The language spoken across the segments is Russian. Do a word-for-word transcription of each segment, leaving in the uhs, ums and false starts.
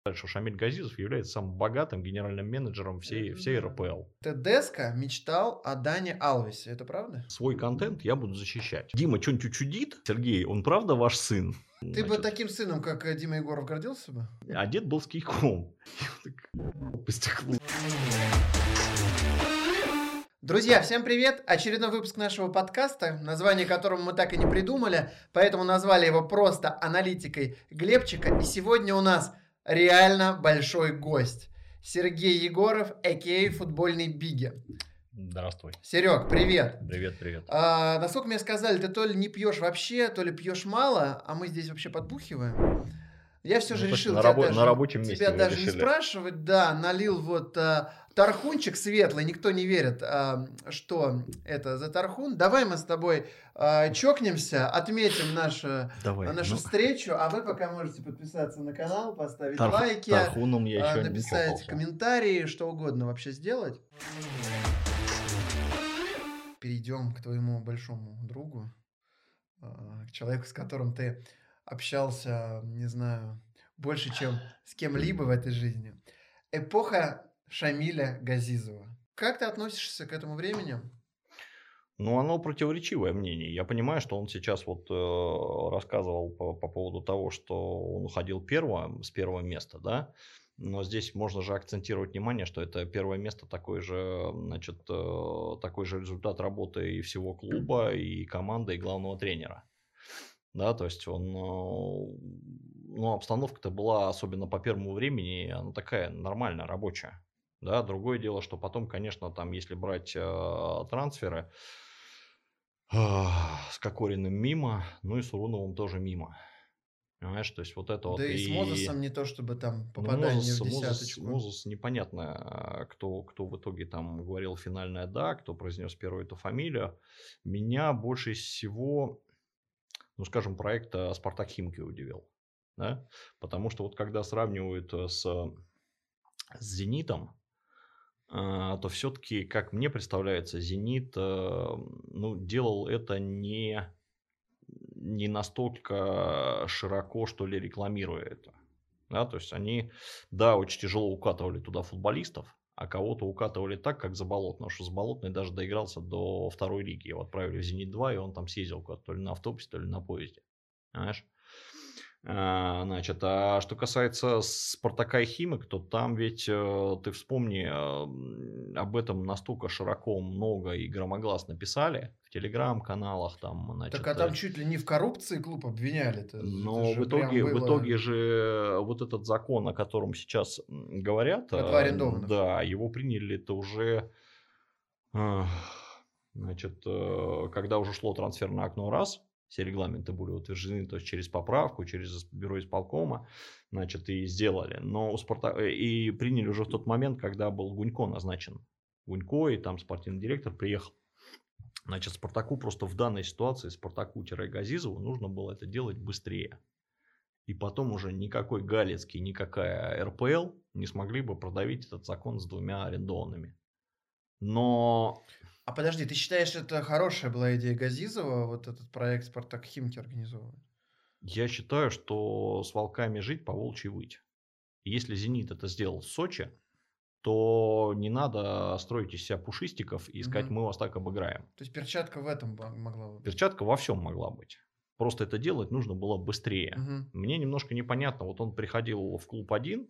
Что Шамиль Газизов является самым богатым генеральным менеджером всей, Это всей да. РПЛ. Тедеско мечтал о Дане Алвесе, это правда? Свой контент я буду защищать. Дима что-нибудь учудит? Сергей, он правда ваш сын? Ты бы Значит, таким сыном, как э, Дима Егоров, гордился бы? одет был с кийком. Я так по стеклу. Друзья, всем привет! Очередной выпуск нашего подкаста, название которому мы так и не придумали, поэтому назвали его просто аналитикой Глебчика. И сегодня у нас реально большой гость. Сергей Егоров, а.к.а. футбольный Биги. Здравствуй. Серег, привет. Привет, привет. А, насколько мне сказали, ты то ли не пьешь вообще, то ли пьешь мало, а мы здесь вообще подбухиваем. Я все Ну, же точно, решил на тебя, рабо- даже, на рабочем месте тебя вы даже не решили. спрашивать. Да, налил вот а, тархунчик светлый, никто не верит, а, что это за тархун. Давай мы с тобой а, чокнемся, отметим нашу, Давай, нашу ну. встречу, а вы пока можете подписаться на канал, поставить Тарх- лайки, Тархуном я а, еще не написать чокался. комментарии, что угодно вообще сделать. Перейдем к твоему большому другу, а, к человеку, с которым ты общался, не знаю, больше, чем с кем-либо в этой жизни. Эпоха Шамиля Газизова. Как ты относишься к этому времени? Ну, оно противоречивое мнение. Я понимаю, что он сейчас вот э, рассказывал по, по поводу того, что он уходил первым, с первого места, да. Но здесь можно же акцентировать внимание, что это первое место такой же, значит, э, такой же результат работы и всего клуба, и команды, и главного тренера. Да, то есть он, э, ну, обстановка-то была, особенно по первому времени, она такая нормальная, рабочая. Да, другое дело, что потом, конечно, там, если брать э, трансферы, а, с Кокориным мимо, ну и с Уруновым тоже мимо. Понимаешь, то есть вот это вот Да и с Мозесом и... не то, чтобы там Ну, попадание Мозес, в Мозес, десяточку. Мозес непонятно, а, кто, кто в итоге там говорил финальное «да», кто произнес первую эту фамилию. Меня больше всего, ну, скажем, проект э, «Спартак Химки» удивил. Да? Потому что вот когда сравнивают э, с, с «Зенитом», а, то все-таки, как мне представляется, «Зенит» э, ну, делал это не, не настолько широко, что ли, рекламируя это. Да, то есть они, да, очень тяжело укатывали туда футболистов, а кого-то укатывали так, как Заболотного, что Заболотный даже доигрался до второй лиги. Его отправили в «Зенит-два», и он там съездил куда-то то ли на автобусе, то ли на поезде. Понимаешь? А, значит, а что касается «Спартака» и «Химок», то там ведь, э, ты вспомни, э, об этом настолько широко, много и громогласно писали в телеграм-каналах, там, значит, Так а там чуть ли не в коррупции клуб обвиняли. Это, это но же в прям итоге, в было итоге же вот этот закон, о котором сейчас м, говорят, про два э, арендованных. да, его приняли-то уже, э, значит, э, когда уже шло трансферное окно раз, все регламенты были утверждены, то есть через поправку, через бюро исполкома, значит, и сделали. Но у Спарта... э, и приняли уже в тот момент, когда был Гунько назначен. Гунько и там спортивный директор приехал. Значит, Спартаку просто в данной ситуации, Спартаку-Газизову нужно было это делать быстрее. И потом уже никакой Галицкий, никакая РПЛ не смогли бы продавить этот закон с двумя арендованными. Но... А подожди, ты считаешь, это хорошая была идея Газизова, вот этот проект «Спартак Химки» организовывать? Я считаю, что с волками жить, по волчьи выть. Если «Зенит» это сделал в Сочи, то не надо строить из себя пушистиков и сказать, Мгм. мы вас так обыграем. То есть перчатка в этом ба- могла бы быть. Перчатка во всем могла быть. Просто это делать нужно было быстрее. Мгм. Мне немножко непонятно. Вот он приходил в клуб один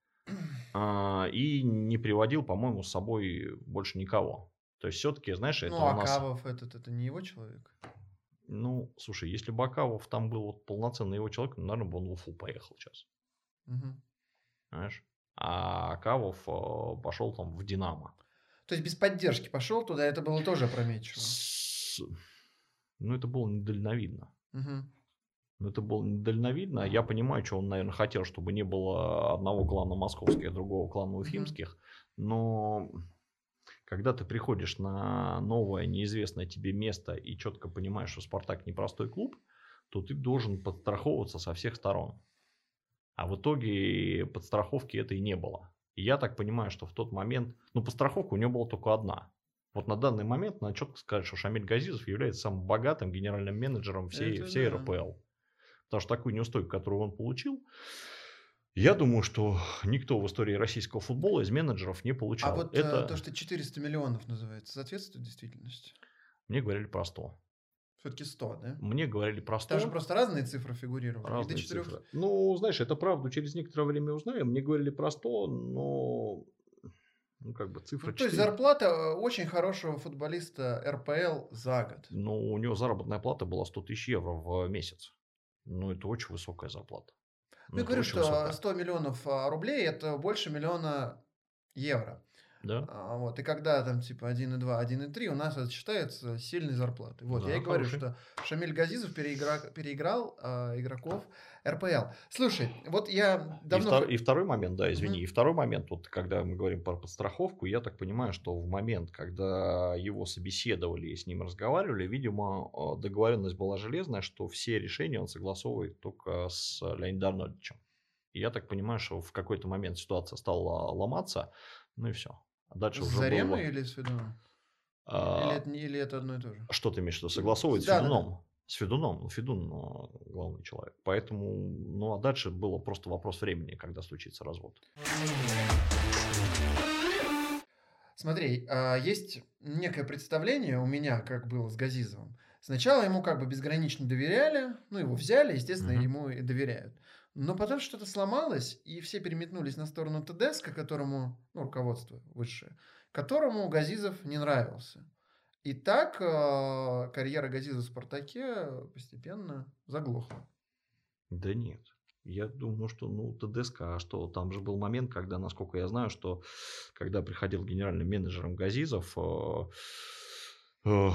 а, и не приводил, по-моему, с собой больше никого. То есть все-таки, знаешь, это Ну, у а нас... Кавов этот, это не его человек? Ну, слушай, если бы Акавов там был вот полноценный его человек, ну, наверное, бы он в Уфу поехал сейчас. Мгм. Знаешь? А Акавов э, пошел там в Динамо. То есть без поддержки пошел туда, это было тоже опрометчиво. С- Ну, это было недальновидно. Мгм. Ну, это было недальновидно. Я понимаю, что он, наверное, хотел, чтобы не было одного клана московских, а другого клана уфимских. Но когда ты приходишь на новое, неизвестное тебе место и четко понимаешь, что «Спартак» непростой клуб, то ты должен подстраховываться со всех сторон. А в итоге подстраховки этой не было. И я так понимаю, что в тот момент... Ну, подстраховка у него была только одна. Вот на данный момент надо четко сказать, что Шамиль Газизов является самым богатым генеральным менеджером всей, Это всей да. РПЛ. Потому что такую неустойку, которую он получил, Я думаю, что никто в истории российского футбола из менеджеров не А получал. вот э, то, Это что четыреста миллионов называется, соответствует действительности? мне говорили про сто. Все-таки сто, да? Мне говорили про Там же сто, просто разные цифры фигурировали. И до разные четырех... цифры. Ну, знаешь, это правду через некоторое время узнаем. Мне говорили про сто, но ну, как бы Ну, цифра то есть четыре. зарплата э, очень хорошего футболиста эр пэ эл за год. Ну, у него заработная плата была сто тысяч евро в месяц. Ну, это очень высокая зарплата. Ну, Ну, я это говорю, очень что высокая. сто миллионов а, рублей – это больше миллиона евро. Да? А, вот. И когда там типа один и два, один и три, у нас это считается сильной зарплатой. Вот. Я Да, и говорю, хороший. что Шамиль Газизов переигра... переиграл а, игроков эр пэ эл. Слушай, вот я И, давно... втор- х- и второй момент, да, извини, и Мгм. второй момент, вот когда мы говорим про подстраховку, я так понимаю, что в момент, когда его собеседовали и с ним разговаривали, видимо, э, договоренность была железная, что все решения он согласовывает только с Леонидом Арнольдовичем. И я так понимаю, что в какой-то момент ситуация стала ломаться, ну и все. А С дальше уже Заремой было... или с Федуном? Или а, это, не- или это одно и то же? Что ты имеешь в виду? Согласовывать с Да, да, да. Федуном. С Федуном. Ну, Федун э, главный человек. Поэтому, ну, а дальше было просто вопрос времени, когда случится развод. Смотри, а, есть некое представление у меня, как было с Газизовым. Сначала ему как бы безгранично доверяли, ну, его взяли, естественно, Мгм. ему и доверяют. Но потом что-то сломалось, и все переметнулись на сторону Тедеско, которому, ну, руководство высшее, которому Газизов не нравился. И так а, карьера Газизова в «Спартаке» постепенно заглохла. Да нет. Я думаю, что, ну, ТДСК, а что, там же был момент, когда, насколько я знаю, что когда приходил генеральным менеджером Газизов, э, э,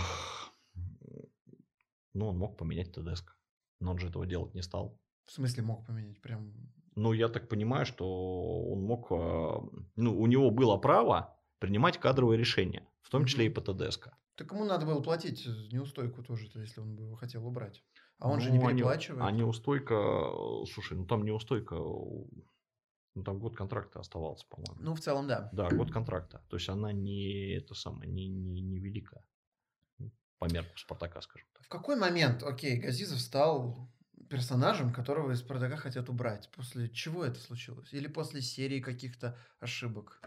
ну, он мог поменять ТДСК, но он же этого делать не стал. В смысле мог поменять? Прям... Ну, я так понимаю, что он мог, э, ну, у него было право принимать кадровые решения, в том числе и Мгм. по ТДСК. Так ему надо было платить неустойку тоже, если он бы его хотел убрать. А он же не Ну, они, переплачивает. а неустойка, э, слушай, ну там неустойка, э, ну там год контракта оставался, по-моему. Ну, в целом, да. Да, год контракта. То есть она не это самое, не, не, не велика. Ну, по меркам Спартака, скажем так. В какой момент, окей, Газизов стал персонажем, которого из «Спартака» хотят убрать? После чего это случилось? Или после серии каких-то ошибок?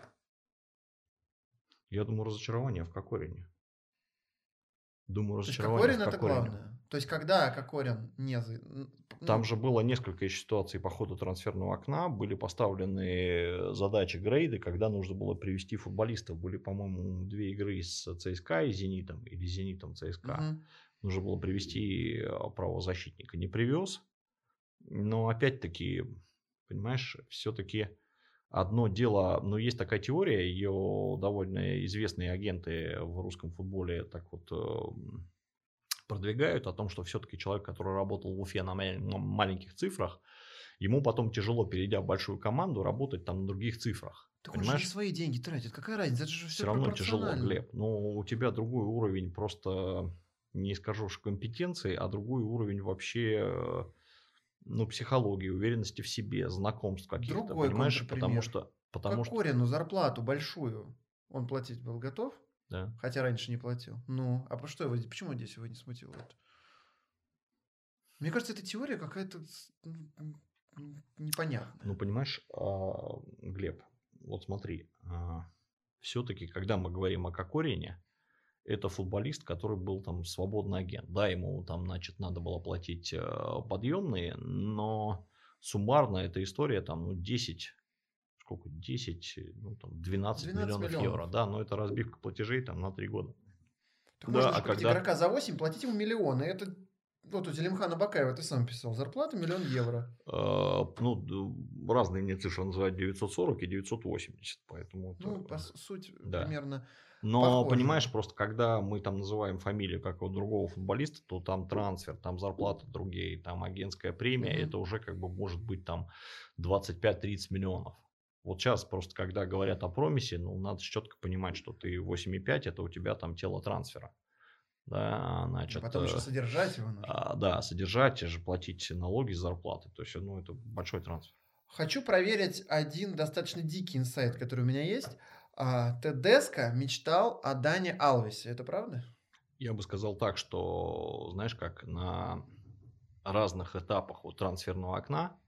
Я думаю, разочарование в Кокорине. Думаю, То есть разочарование в Кокорин это Кокорине. главное. То есть когда Кокорин не... за- Там Ну, же было несколько еще ситуаций по ходу трансферного окна. Были поставлены задачи, грейды, когда нужно было привести футболистов. Были, по-моему, две игры с ЦСКА и Зенитом. Или Зенитом ЦСКА. мгм. Нужно было привести э, правозащитника. Не привез. Но опять-таки, понимаешь, все-таки одно дело, ну, есть такая теория, ее довольно известные агенты в русском футболе так вот э, продвигают, о том, что все-таки человек, который работал в Уфе на маленьких цифрах, ему потом тяжело, перейдя в большую команду, работать там на других цифрах. Так он же не Понимаешь? свои деньги тратит. Какая разница? Это же все Все равно тяжело, пропорционально. Глеб. Но у тебя другой уровень просто, не скажу, что компетенции, а другой уровень вообще, э, ну, психологии, уверенности в себе, знакомств каких-то, Другой понимаешь? Потому контрпример. что, потому что, Кокорину зарплату большую он платить был готов, да. хотя раньше не платил. Ну, а по что его, почему здесь его не смутило это? Мне кажется, эта теория какая-то с- м, м, м, непонятная. Ну, понимаешь, а, Глеб, вот смотри, все-таки, когда мы говорим о Кокорине, это футболист, который был там свободный агент. Да, ему там, значит, надо было платить э, подъемные, но суммарно эта история там, ну, десять, сколько, десять, ну, там, двенадцать двенадцать миллионов миллионов. евро, да, но это разбивка платежей там на три года. Так Да, можно а же купить когда, игрока за восемь, платить ему миллионы. Это вот у Зелимхана Бакаева ты сам писал. Зарплата миллион евро. э, ну, д- разные мне цифры называют девятьсот сорок и девятьсот восемьдесят, поэтому это, Ну, по с- суть да. примерно Но, похожая. понимаешь, просто когда мы там называем фамилию какого-то другого футболиста, то там трансфер, там зарплата другие, там агентская премия, Мгм. это уже как бы может быть там двадцать пять тридцать миллионов. Вот сейчас просто, когда говорят о промисе, ну, надо четко понимать, что ты восемь и пять, это у тебя там тело трансфера. Да, А значит, потом еще э, содержать его нужно. а, да, содержать, же платить налоги, зарплаты. То есть, ну, это большой трансфер. Хочу проверить один достаточно дикий инсайт, который у меня есть. А, Тедеско мечтал о Дане Алвесе. Это правда? Я бы сказал так, что, знаешь, как на разных этапах вот трансферного окна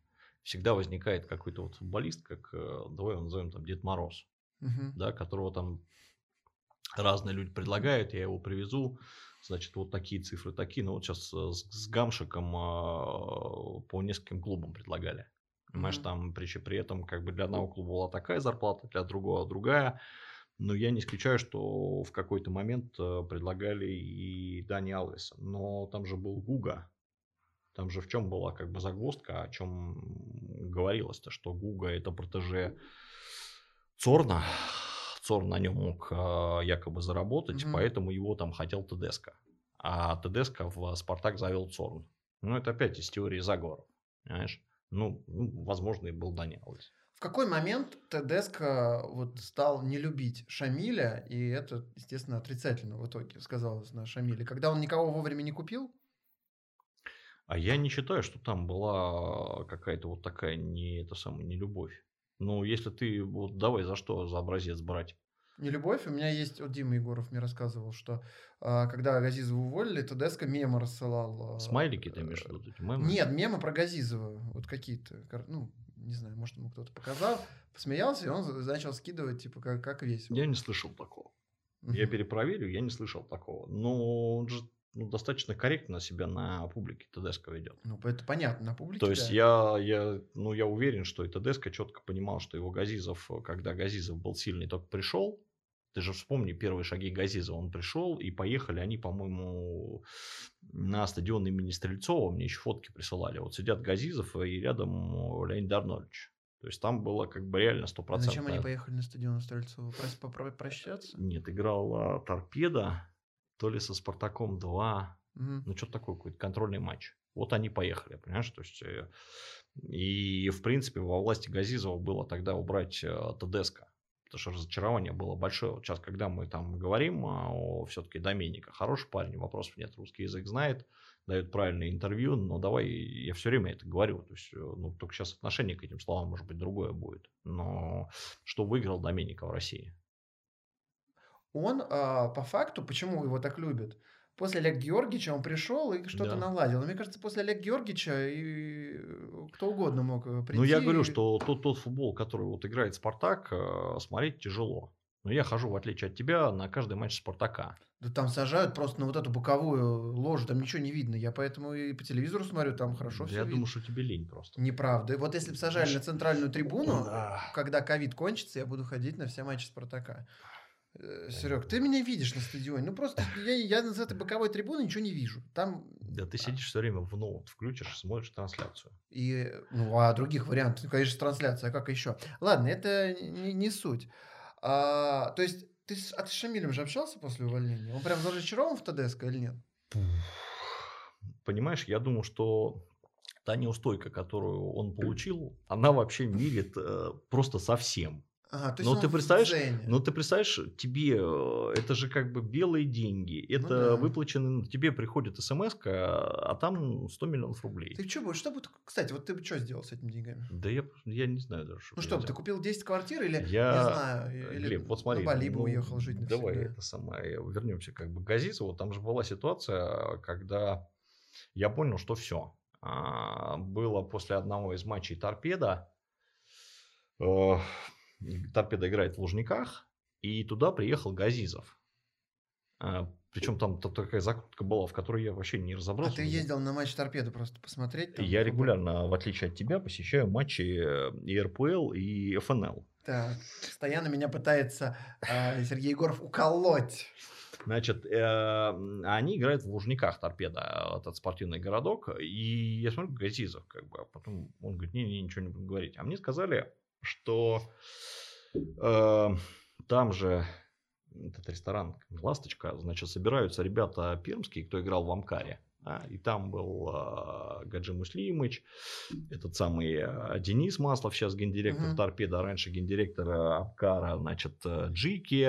всегда возникает какой-то вот футболист, как, э, давай его назовем там Дед Мороз, Мгм. да, которого там разные люди предлагают, я его привезу, значит, вот такие цифры, такие. Ну, вот сейчас с, с Гамшиком а, по нескольким клубам предлагали. Понимаешь, Мгм. там при, при этом как бы для одного клуба была такая зарплата, для другого другая. Но я не исключаю, что в какой-то момент э, предлагали и Дани Алвеса. Но там же был Гуга. Там же в чем была как бы загвоздка, о чем говорилось-то, что Гуга это протеже Цорна. Цорн на нем мог а, якобы заработать, Мгм. поэтому его там хотел Тедеско. А Тедеско в Спартак завел Цорн. Ну, это опять из теории заговоров, понимаешь? Ну, ну, возможно, и был Дани Алвес. В какой момент Тедеско вот стал не любить Шамиля, и это, естественно, отрицательно в итоге сказалось на Шамиле? Когда он никого вовремя не купил? А я не считаю, что там была какая-то вот такая не, это самое, не любовь. Ну, если ты, вот давай за что за образец брать? Не любовь. У меня есть, вот Дима Егоров мне рассказывал, что а, когда Газизова уволили, Тедеско мемы рассылал. Смайлики ты имеешь в виду, а, вот эти мемы? Нет, мемы про Газизова. Вот какие-то, кар- ну, не знаю, может, ему кто-то показал, посмеялся, и он за- начал скидывать, типа, как, как весело. Я не слышал такого. Я Мгм. перепроверю, я не слышал такого. Но он же ну, достаточно корректно себя на публике Тедеско ведет. Ну, это понятно, на То публике, есть да. я, я, ну, я уверен, что и Тедеско четко понимал, что его Газизов, когда Газизов был сильный, только пришел. Ты же вспомни первые шаги Газизова. Он пришел, и поехали они, по-моему, на стадион имени Стрельцова. Мне еще фотки присылали. Вот сидят Газизов и рядом Леонид Арнольдович. То есть там было как бы реально А зачем они стопроцентное. поехали на стадион Стрельцова? Прос- попро- Прощаться? Нет, играл а, Торпедо, то ли со Спартаком два. Мгм. Ну, что-то такое, какой-то контрольный матч. Вот они поехали, понимаешь? То есть, э, и, в принципе, во власти Газизова было тогда убрать э, Тедеско. Потому что разочарование было большое. Вот сейчас, когда мы там говорим а, о все-таки Доменико, хороший парень, вопросов нет, русский язык знает, дает правильное интервью, но давай, я все время это говорю. То есть, э, ну, только сейчас отношение к этим словам, может быть, другое будет. Но что выиграл Доменико в России? Он, а, по факту, почему его так любят? После Олега Георгиевича он пришел и что-то Да. наладил. Мне кажется, после Олега Георгиевича и э, кто угодно мог э, Ну, я говорю, прийти. что тот, тот футбол, который вот играет Спартак, э, смотреть тяжело. Но я хожу, в отличие от тебя, на каждый матч Спартака. Да там сажают просто на вот эту боковую ложу, там ничего не видно. Я поэтому и по телевизору смотрю, там хорошо Да все я думаю, видно. что тебе лень просто. Неправда. Вот если бы сажали на Знаешь, центральную трибуну, да, когда ковид кончится, я буду ходить на все матчи Спартака. Серег, ты понятно. меня видишь на стадионе. Ну просто я, я с этой боковой трибуны ничего не вижу. Там Да ты а, сидишь все время в ноут, включишь, смотришь трансляцию. и, ну, а других вариантов, ну, конечно, трансляция, а как еще? Ладно, это не, не суть. А, то есть ты с, а ты с Шамилем же общался после увольнения? Он прям разочарован в Тедеско или нет? Понимаешь, я думаю, что та неустойка, которую он получил, она вообще мирит э, просто совсем. Ага, то есть Но он ты в представляешь, дзене. ну ты представляешь, тебе э, это же как бы белые деньги, Ну это да. выплачено, тебе приходит смс, а там сто миллионов рублей. Ты что бы, что бы, ты- кстати, вот ты бы что сделал с этими деньгами? Да я, просто- я не знаю даже, что Ну бы я что бы, ты взял. купил десять квартир или, не Я, знаю, э, или Глеб, вот на смотри, Бали бы ну уехал жить давай навсегда? это самое, вернемся как бы к Газизову. Там же была ситуация, когда я понял, что все. Было после одного из матчей Торпеда. э, Торпеда играет в Лужниках, и туда приехал Газизов. Причем там та- такая закрутка была, в которой я вообще не А разобрался. ты но ездил на матч Торпеды просто посмотреть там Я футбол? регулярно, в отличие от тебя, посещаю матчи э, и эр пэ эл, и эф эн эл. Так, постоянно меня пытается а, Сергей Егоров уколоть. Значит, э, они играют в Лужниках, Торпеда, этот спортивный городок. И я смотрю, Газизов, как бы, а потом он говорит, не-не, ничего не буду говорить. А мне сказали, что э, там же этот ресторан «Ласточка», значит, собираются ребята пермские, кто играл в Амкаре. А, и там был э, Гаджи Муслимыч, этот самый э, Денис Маслов, сейчас гендиректор Мгм. Торпеда, раньше гендиректор э, Амкара, значит, э, Джики,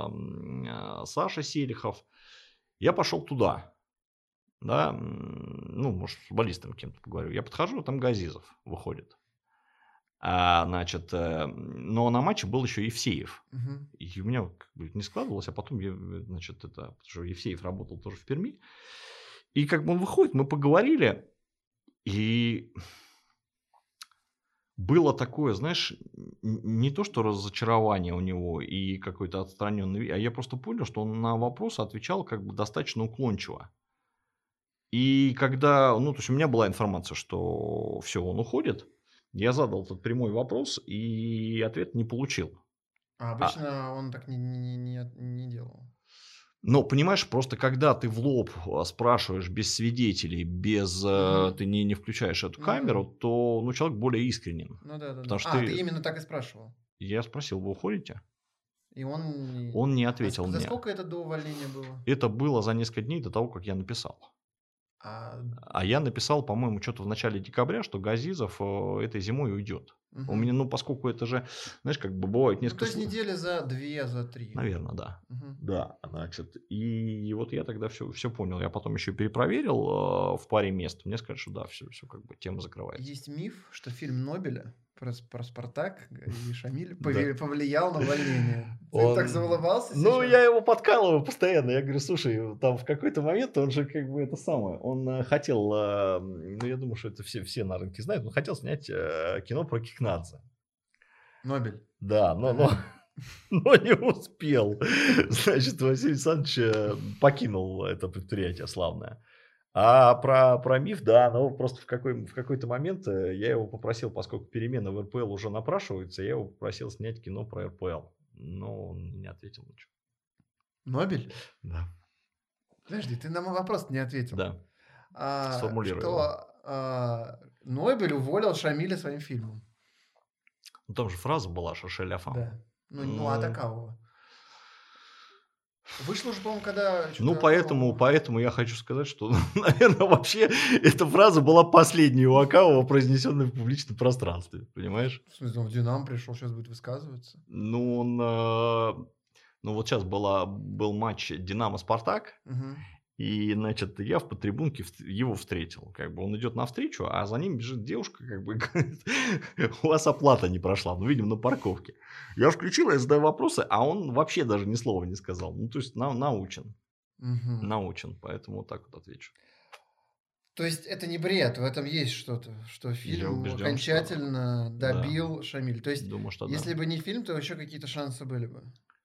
э, Саша Селихов. Я пошел туда, да, ну, может, с футболистом кем-то поговорю. Я подхожу, там Газизов выходит. А, значит, э, но на матче был еще Евсеев. Мгм. И у меня как бы не складывалось, а потом, я, значит, это, потому что Евсеев работал тоже в Перми. И как бы он выходит, мы поговорили, и было такое, знаешь, н не то что разочарование у него и какой-то отстраненный вид, а я просто понял, что он на вопросы отвечал как бы достаточно уклончиво. И когда, ну, то есть у меня была информация, что все, он уходит, я задал этот прямой вопрос и ответ не получил. А А, обычно он так не не не не делал. но понимаешь, просто когда ты в лоб, а, спрашиваешь без свидетелей, без, э, Мгм. ты не не включаешь эту Ну да. камеру, то, ну, человек более искренен. Ну Потому да-да-да. что А, ты ты именно так и спрашивал? я спросил: "Вы уходите?" И он не Он не А ск ответил за мне. сколько это до увольнения было? Это было за несколько дней до того, как я написал. А, А я написал, по-моему, что то в начале декабря, что Газизов, э, этой зимой уйдет. У мгм. меня, ну, поскольку это же, знаешь, как бы бывает Ну, несколько то есть сл недели за две, за три. наверно, да. Мгм. Да, значит, и вот я тогда все все понял. Я потом еще перепроверил, э, в паре мест. Мне сказали, что да, все все как бы тема закрывается. Есть миф, что фильм Нобеля про с про "Спартак" и Шамиль Да. пове повлиял на увольнение. Ты так Он заулыбался ну, сейчас? я его подкалываю постоянно. Я говорю: "Слушай, там в какой-то момент он же как бы это самое, он, э, хотел, а, м, ну, я думаю, что это все все на рынке знают, он хотел снять, э, кино про Кикнадзе. Нобель. Да, но но Ага. но не успел. Значит, Василий Александрович, э, покинул это предприятие славное. А про про миф, да, но просто в какой в какой-то момент, э, я его попросил, поскольку перемены в эр пэ эл уже напрашиваются, я его попросил снять кино про эр пэ эл. Но он не ответил ничего. Нобель? Да, Подожди, ты на мой вопрос не ответил. да, А, сформулирую его. что, а, Нобель уволил Шамиля своим фильмом? Ну, там же фраза была «Шершель ля фам». Да. Ну ну, а Ну такого? Вышло же, по-моему, когда ну, что-то поэтому оно поэтому я хочу сказать, что, наверно, вообще эта фраза была последней у Акалова, произнесенной в публичном пространстве, понимаешь? В смысле, он в "Динамо" пришел, сейчас будет высказываться? Ну, он, а, ну, вот сейчас была был матч "Динамо"-"Спартак", Мгм. и, значит, я в подтрибунке вст его встретил. Как бы он идет навстречу, а за ним бежит девушка, как бы говорит: "У вас оплата не прошла". Ну, видимо, на парковке. Я включил, я задаю вопросы, а он вообще даже ни слова не сказал. Ну, то есть на научен, Мгм. научен, поэтому вот так вот отвечу. То есть это не бред, в этом есть что-то, что Я фильм убежден, что окончательно да, добил Шамиль. То есть, думаю, что да. если бы не фильм, то еще какие-то шансы были бы.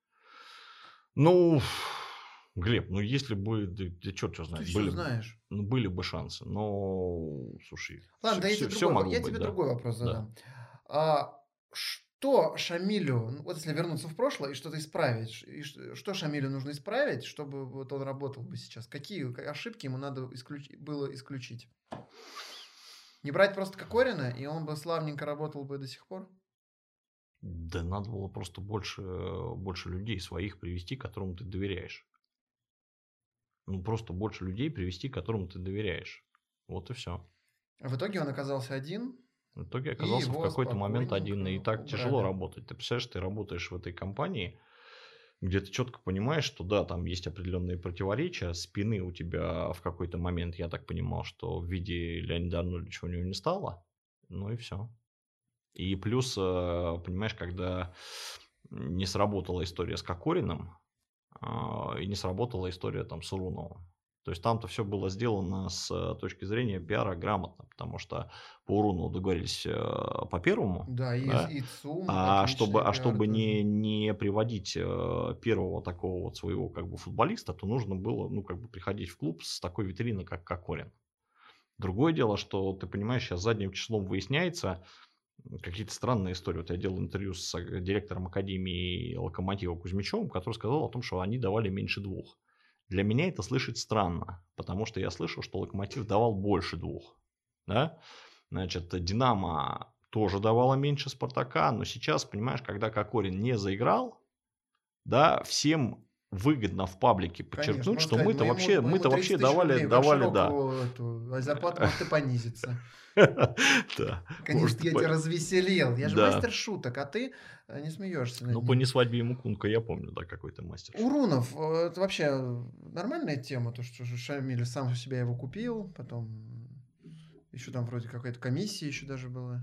Ну, Глеб, ну если бы, да, да черт его Ты знает, все были бы, знаешь. ну, были бы шансы. Но, слушай, Ладно, все, да я все, тебе все другой, во- могло я быть, тебе да, другой вопрос да. задам. А, что Шамилю, ну, вот если вернуться в прошлое и что-то исправить, ш- и ш- что Шамилю нужно исправить, чтобы вот он работал бы сейчас? Какие к- ошибки ему надо исключ- было исключить? Не брать просто Кокорина, и он бы славненько работал бы до сих пор? Да надо было просто больше, э, больше людей своих привести, которым ты доверяешь. Ну, просто больше людей привести, которым ты доверяешь. Вот и все. А в итоге он оказался один, В итоге и оказался в его какой-то момент один, и спокойненько так тяжело убрали. работать. Ты представляешь, ты работаешь в этой компании, где ты четко понимаешь, что да, там есть определенные противоречия, спины у тебя в какой-то момент, я так понимал, что в виде Леонида Арнольдовича у него не стало, ну и все. И плюс, э, понимаешь, когда не сработала история с Кокориным, а, и не сработала история там с Уруновым. То есть там-то все было сделано с э, точки зрения пиара грамотно, потому что по Урунову договорились, э, по первому, Да, и, да, и ЦУМ а отличный чтобы, а пиар чтобы тоже. не, не приводить э, первого такого вот своего как бы футболиста, то нужно было, ну, как бы приходить в клуб с такой витриной, как Кокорин. Другое дело, что ты понимаешь, сейчас задним числом выясняется, какие-то странные истории. Вот я делал интервью с э, директором академии Локомотива Кузьмичевым, который сказал о том, что они давали меньше двух. Для меня это слышать странно, потому что я слышал, что Локомотив давал больше двух. Да? Значит, Динамо тоже давала меньше Спартака, но сейчас, понимаешь, когда Кокорин не заиграл, да, всем выгодно в паблике Конечно, подчеркнуть, можно что сказать, мы-то мы ему, вообще, мы ему мы-то вообще тридцать тысяч давали, рублей, как давали, да. Широкову эту, а зарплата может и понизиться. Да, может, Наконец-то и я по- тебя развеселил. Я же да. мастер шуток, а ты э, не смеешься над Ну, по «Не ними. свадьбе ему Кунка» я помню, да, какой ты мастер шуток. Урунов, э, это вообще нормальная тема, то, что же Шамиль сам себя его купил, потом еще там вроде какая-то комиссия еще даже была.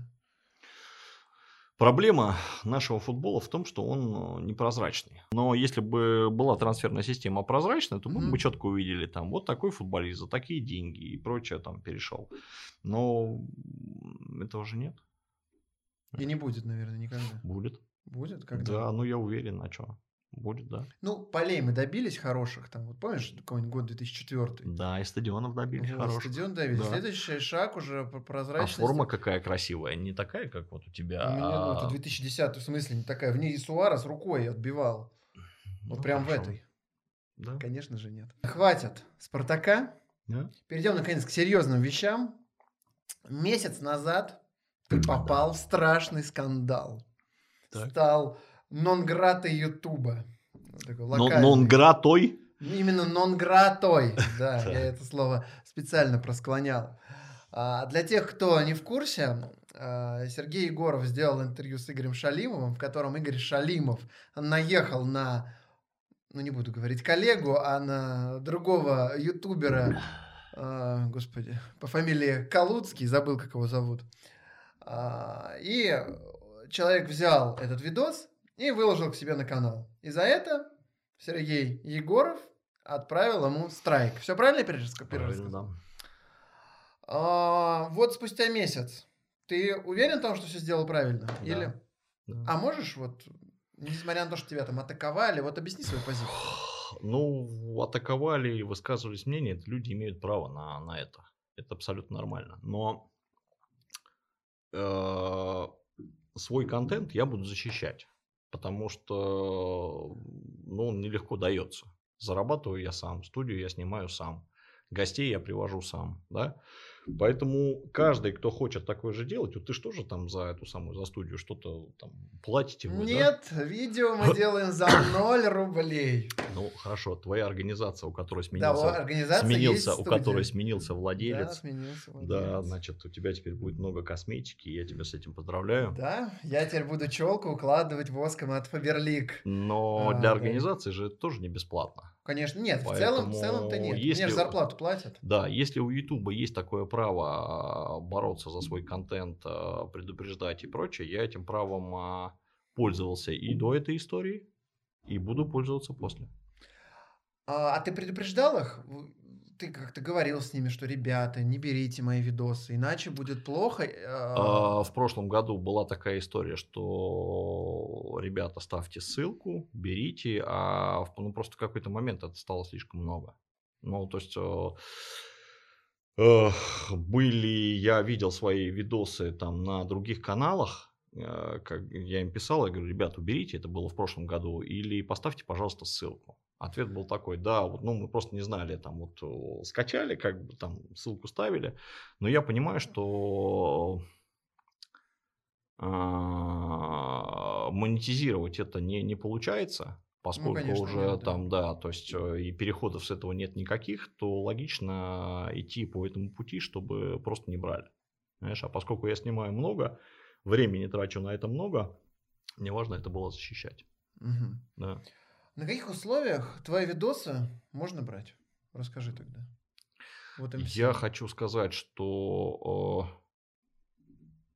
Проблема нашего футбола в том, что он э, непрозрачный. Но если бы была трансферная система прозрачная, то мы бы Мгм. четко увидели, там, вот такой футболист за такие деньги и прочее там перешел. Но м, этого же нет. И не будет, наверное, никогда. Будет. Будет? Когда? Да, ну я уверен, а что? Будет, да. Ну, полей мы добились хороших, там, вот помнишь, какой-нибудь год две тысячи четвёртый? Да, и стадионов добились Вот, хороших. стадион добились. Да. Следующий шаг уже по А прозрачности. форма какая красивая, не такая, как вот у тебя. У меня, ну, это а- две тысячи десятый, в смысле, не такая. В ней Суарес рукой отбивал. Вот Ну, прям в хорошо. этой. Да. Конечно же, нет. Хватит Спартака. Да? Перейдем, наконец, к серьезным вещам. Месяц назад ты Да. попал в страшный скандал. Так. Стал нон-гратой Ютуба. Такой Но, локальный. нон-гратой? Именно нон-гратой. Да, Так. я это слово специально просклонял. А, Для тех, кто не в курсе, а, Сергей Егоров сделал интервью с Игорем Шалимовым, в котором Игорь Шалимов наехал на, ну не буду говорить коллегу, а на другого ютубера, а, господи, по фамилии Калуцкий, забыл, как его зовут. А, И человек взял этот видос и выложил к себе на канал. И за это Сергей Егоров отправил ему страйк. Все правильно я перераск- Правильно, перерассказал? да. А, Вот спустя месяц. Ты уверен в том, что все сделал правильно? Да. Или... Да. А можешь вот, несмотря на то, что тебя там атаковали, вот объясни свою позицию. Ну, атаковали и высказывались мнения, это люди имеют право на, на это. Это абсолютно нормально. Но э, свой контент я буду защищать, потому что ну, он нелегко дается. Зарабатываю я сам, студию я снимаю сам, гостей я привожу сам, да. Поэтому каждый, кто хочет такое же делать, вот ты что же там за эту самую за студию что-то там платите вы, да? Нет, видео мы делаем за ноль рублей. Ну хорошо, твоя организация, у которой Да, у сменился, организации сменился, есть у которой студия. сменился Да, владелец, сменился да, владелец. значит, у тебя теперь будет много косметики, и я тебя с этим поздравляю. Да, я теперь буду челку укладывать воском от Фаберлик. Но А, для да. организации же это тоже не бесплатно. Конечно, нет, в целом, в целом-то Поэтому нет. Мне если- же зарплату платят. Да, если у Ютуба есть такое право а, бороться за свой контент, а, предупреждать и прочее, я этим правом а, пользовался и до этой истории, и буду пользоваться после. А, а ты предупреждал их? В- Ты как-то говорил с ними, что ребята, не берите мои видосы, иначе будет плохо. А, А, В прошлом году была такая история, что ребята, ставьте ссылку, берите, а в- ну, просто в какой-то момент это стало слишком много. Ну, то есть э, э, были, я видел свои видосы там на других каналах, э, как я им писал, я говорю, ребят, уберите, это было в прошлом году, или поставьте, пожалуйста, ссылку. Ответ был такой, да, вот, ну, мы просто не знали, там вот э, скачали, как бы там ссылку ставили, но я понимаю, что а, монетизировать это не, не получается, поскольку конечно, уже нет, да. там, да, то есть э, и переходов с этого нет никаких, то логично идти по этому пути, чтобы просто не брали. Знаешь, а поскольку я снимаю много, времени трачу на это много, мне важно это было защищать. Мгм. Да. На каких условиях твои видосы можно брать? Расскажи тогда. Вот им Я всем. хочу сказать, что э,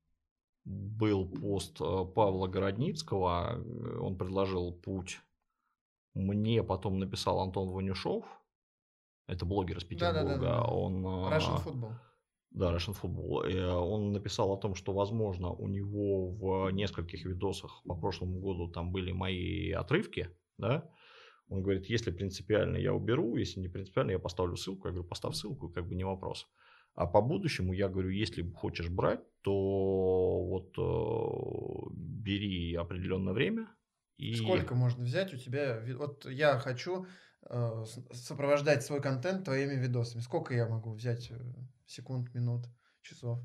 был пост э, Павла Городницкого, э, он предложил путь. Мне потом написал Антон Ванюшов, это блогер из Петербурга, Да-да-да-да-да. он... э, Russian Football. Да, Russian Football. И, э, он написал о том, что, возможно, у него в нескольких видосах по прошлому году там были мои отрывки, да. Он говорит, если принципиально, я уберу, если не принципиально, я поставлю ссылку. Я говорю, поставь ссылку, как бы не вопрос. А по будущему, я говорю, если хочешь брать, то вот э, бери определенное время. И... Сколько можно взять у тебя? ви- Вот я хочу э, с- сопровождать свой контент твоими видосами. Сколько я могу взять э, секунд, минут, часов?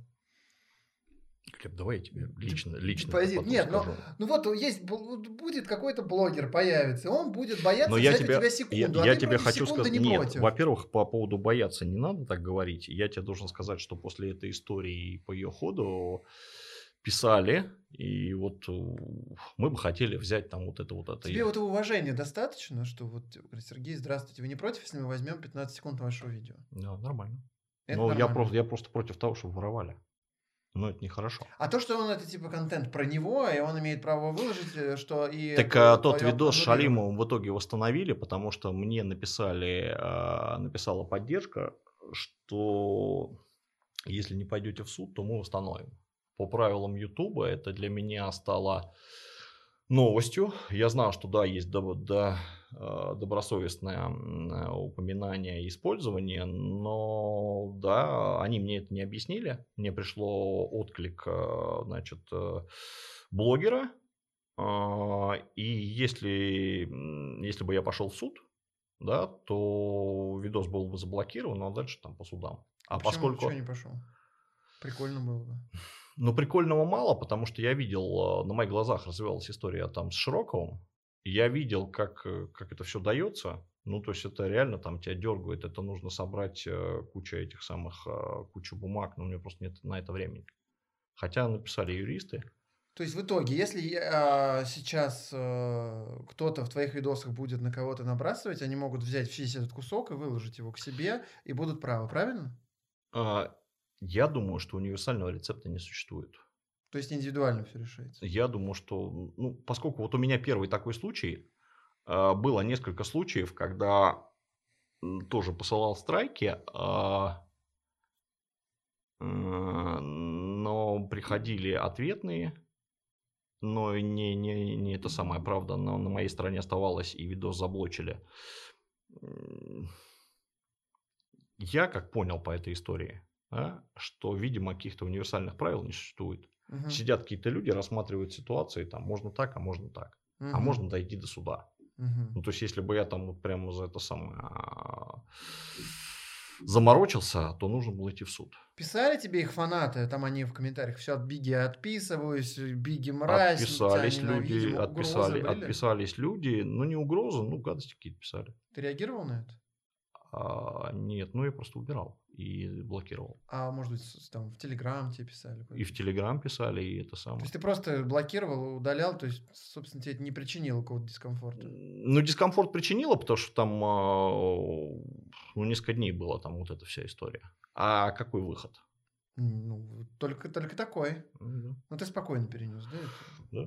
Глеб, давай я тебе лично, лично это Депозит. потом Нет, но скажу. ну вот есть бу- вот будет какой-то блогер появится, он будет бояться Но я взять тебе, у тебя я, секунду, а я ты тебе против хочу секунды сказать, не нет, против. во-первых, по поводу бояться не надо так говорить. Я тебе должен сказать, что после этой истории по ее ходу писали, и вот э, мы бы хотели взять там вот это вот это. Тебе вот уважения достаточно, что вот говорит, Сергей, здравствуйте, вы не против, если мы возьмем пятнадцать секунд вашего видео? Да, нормально. Это Но я нормально. просто, я просто против того, чтобы воровали. Но это нехорошо. А то, что он это типа контент про него, и он имеет право выложить, э, что и Так это а, тот твоё видос с аннулировано. Шалимовым в итоге восстановили, потому что мне написали, а, написала поддержка, что если не пойдете в суд, то мы восстановим. по правилам Ютуба. Это для меня стало новостью. Я знал, что да, есть доб- да, э, добросовестное м, э, упоминание и использование, но да, они мне это не объяснили. Мне пришло отклик, э, значит, э, блогера. А, И если, м, если бы я пошел в суд, да, то видос был бы заблокирован, а дальше там по судам. А А почему? Чего поскольку, не пошел? Прикольно было бы. ну, прикольного мало, потому что я видел, э, на моих глазах развивалась история там с Широковым, и я видел, как, э, как это все дается. Ну, то есть это реально там тебя дергает, это нужно собрать э, кучу этих самых, э, кучу бумаг, но у меня просто нет на это времени. Хотя написали юристы. То есть в итоге, если я, а, сейчас э, кто-то в твоих видосах будет на кого-то набрасывать, они могут взять весь этот кусок и выложить его к себе, и будут правы, правильно? А, Я думаю, что универсального рецепта не существует. То есть индивидуально все решается. Я думаю, что, ну, поскольку вот у меня первый такой случай, а, было несколько случаев, когда м, тоже посылал страйки, а, м, но приходили ответные, но не, не, не это самое, правда, но на моей стороне оставалось, и видос заблочили. М, Я как понял по этой истории, да, что, видимо, каких-то универсальных правил не существует. Мгм. Сидят какие-то люди, рассматривают ситуации, там, можно так, а можно так. А Мгм. можно дойти до суда. Мгм. Ну, то есть, если бы я там вот прямо за это самое а, заморочился, то нужно было идти в суд. Писали тебе их фанаты, там они в комментариях все от Биги отписываюсь, Биги мразь, тебя Отписались ненавидим, люди, угрозы отписали, были? отписались люди, ну, не угрозы, ну, гадости какие-то писали. Ты реагировал на это? А, нет, ну, я просто убирал и блокировал. А может быть, с- там в Телеграм тебе писали? И в Телеграм писали, и это То самое. есть ты просто блокировал, удалял, то есть, собственно, тебе это не причинило какого-то дискомфорта? Ну, дискомфорт причинило, потому что там, а, ну, несколько дней была там вот эта вся история. А какой выход? М, Ну, только, только такой. М, Ну, ты спокойно перенес, да? это? Да.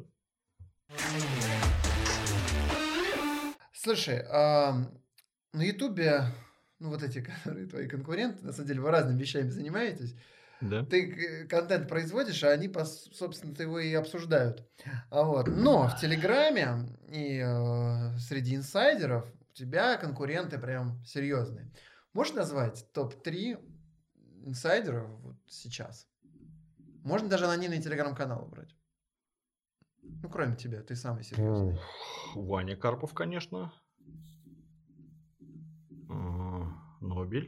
Слушай, ам, на Ютубе, ну, вот эти, которые твои конкуренты, на самом деле, вы разными вещами занимаетесь. Да. Ты э, контент производишь, а они, пос- собственно, его и обсуждают. А вот. Но в Телеграме и э, среди инсайдеров у тебя конкуренты прям серьезные. Можешь назвать топ три инсайдеров вот сейчас? Можно даже анонимный телеграм-канал брать. Ну, кроме тебя, ты самый серьезный. Ух, Ваня Карпов, конечно. А, Нобель.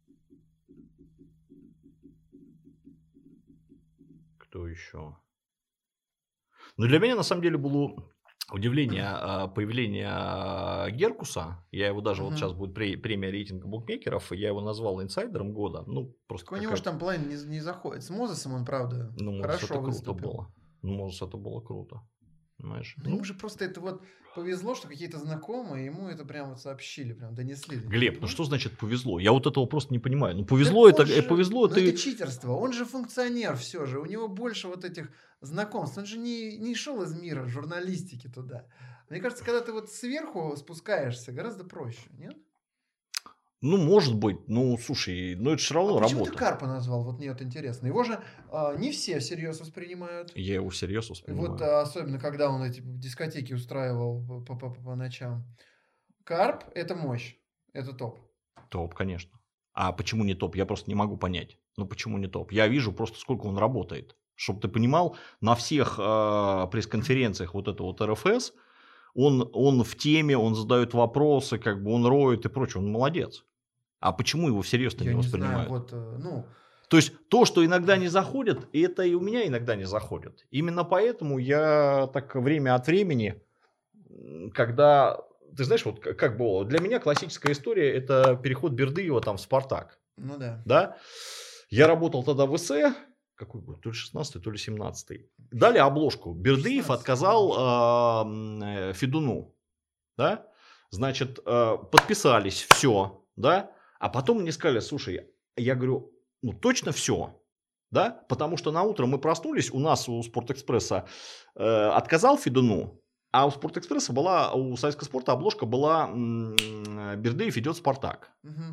Кто еще? Ну, для меня, на самом деле, было удивление а, появления а, Геркуса. Я его даже, вот Мгм. сейчас будет пре- премия рейтинга букмекеров, и я его назвал инсайдером года. Ну, просто Так у него же какая-то... там половина не, не заходит. С Мозесом он, правда, Ну, Мозес, хорошо это круто выступил. было. Ну, Мозес, это было круто. Понимаешь? Ну, ему Ну, же просто это вот повезло, что какие-то знакомые ему это прям вот сообщили, прям донесли до него, Глеб, ну понимаешь? что значит повезло? Я вот этого просто не понимаю. Ну, Так повезло это, он э, же, повезло ну это ты... читерство, он же функционер все же, у него больше вот этих знакомств, он же не, не шел из мира журналистики туда. Мне кажется, когда ты вот сверху спускаешься, гораздо проще, нет? Ну, может быть. Ну, слушай, ну это все А равно почему ты работа. Карпа назвал? Вот мне вот интересно. Его же а, не все всерьез воспринимают. Я его всерьез И вот воспринимаю. а, особенно, когда он эти дискотеки устраивал по, по, по- по ночам. Карп– это мощь, это топ. Топ, конечно. А почему не топ? Я просто не могу понять. Ну, почему не топ? Я вижу просто, сколько он работает. Чтобы ты понимал, на всех э, пресс-конференциях вот это вот эр эф эс, он, он в теме, он задает вопросы, как бы он роет и прочее. Он молодец. А почему его всерьез-то Я не не знаю, воспринимают? вот, э, ну, То есть то, что иногда не заходит, и это и у меня иногда не заходит. Именно поэтому я так время от времени, м, когда, ты знаешь, вот к- как было, для меня классическая история – это переход Бердыева там в «Спартак». ну да. Да? Я работал тогда в эс-э, какой год, то ли шестнадцатый, то ли семнадцатый. Дали обложку. Бердыев шестнадцатый, отказал а, м, э, Федуну. Да? Значит, э, подписались, все, да? А потом мне сказали, слушай, я говорю, ну точно все, да? Потому что на утро мы проснулись, у нас у Спортэкспресса э, отказал Федуну, а у Спортэкспресса была, у Советского спорта обложка была м, Бердыев идет в «Спартак». Мгм.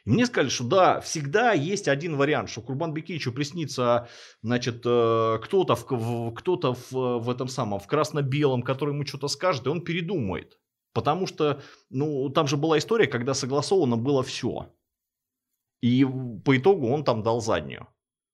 И мне сказали, что да, всегда есть один вариант, что Курбанбекеевичу приснится, значит, э, кто-то, в, в- кто-то в, в этом самом, в красно-белом, который ему что-то скажет, и он передумает. Потому что, ну, там же была история, когда согласовано было все. И в- по итогу он там дал заднюю.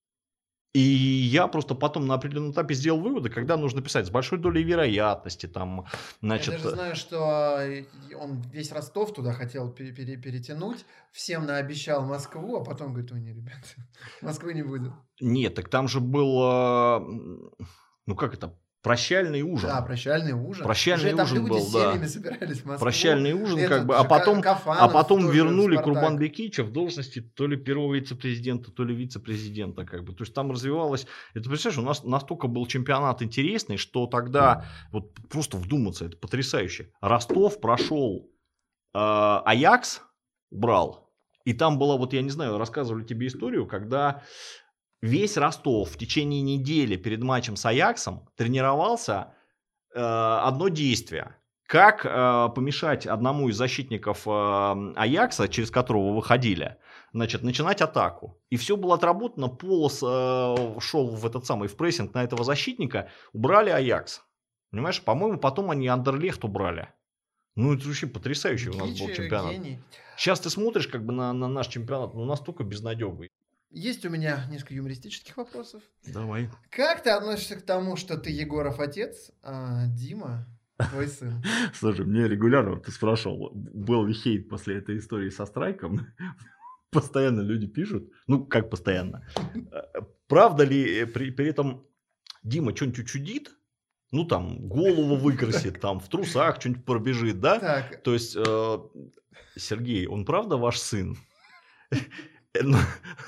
И я просто потом на определенном этапе сделал выводы, когда нужно писать с большой долей вероятности, там, Я значит, даже э, знаю, что э, он весь Ростов туда хотел пере- пере- перетянуть, всем наобещал Москву, а потом говорит, ой, не, ребят, Москвы не будет. нет, так там же был, э, м, ну как это, прощальный Да, ужин. прощальный ужин. Прощальный Уже там ужин люди был, с да. семьями собирались в Москву. Прощальный ужин, как Этот бы, а же Ка- потом, а Кафанов потом тоже в вернули «Спартак». Курбанбекеевича в должности то ли первого вице-президента, то ли вице-президента, как бы. То есть там развивалось. Это, представляешь, у нас настолько был чемпионат интересный, что тогда, вот просто вдуматься, это потрясающе. Ростов прошел, э, Аякс брал, и там была, вот я не знаю, рассказывали тебе историю, когда весь Ростов в течение недели перед матчем с Аяксом тренировался э, одно действие. Как э, помешать одному из защитников э, Аякса, через которого выходили, значит, начинать атаку. И все было отработано, Полос э, шел в этот самый в прессинг на этого защитника, убрали Аякс. Понимаешь, по-моему, потом они Андерлехт убрали. Ну, это вообще потрясающий у нас был Гичи, чемпионат. гений. Сейчас ты смотришь как бы на, на наш чемпионат, ну, настолько безнадёгой. Есть у меня несколько юмористических вопросов. Давай. Как ты относишься к тому, что ты Егоров отец, а Дима твой сын? Слушай, мне регулярно ты спрашивал, был ли хейт после этой истории со страйком. Постоянно люди пишут, ну как постоянно. Э, Правда ли э, при, при этом Дима что-нибудь учудит? Ну там голову выкрасит, там в трусах что-нибудь пробежит, да? Так, То есть, э, Сергей, он правда ваш сын? Э, Ну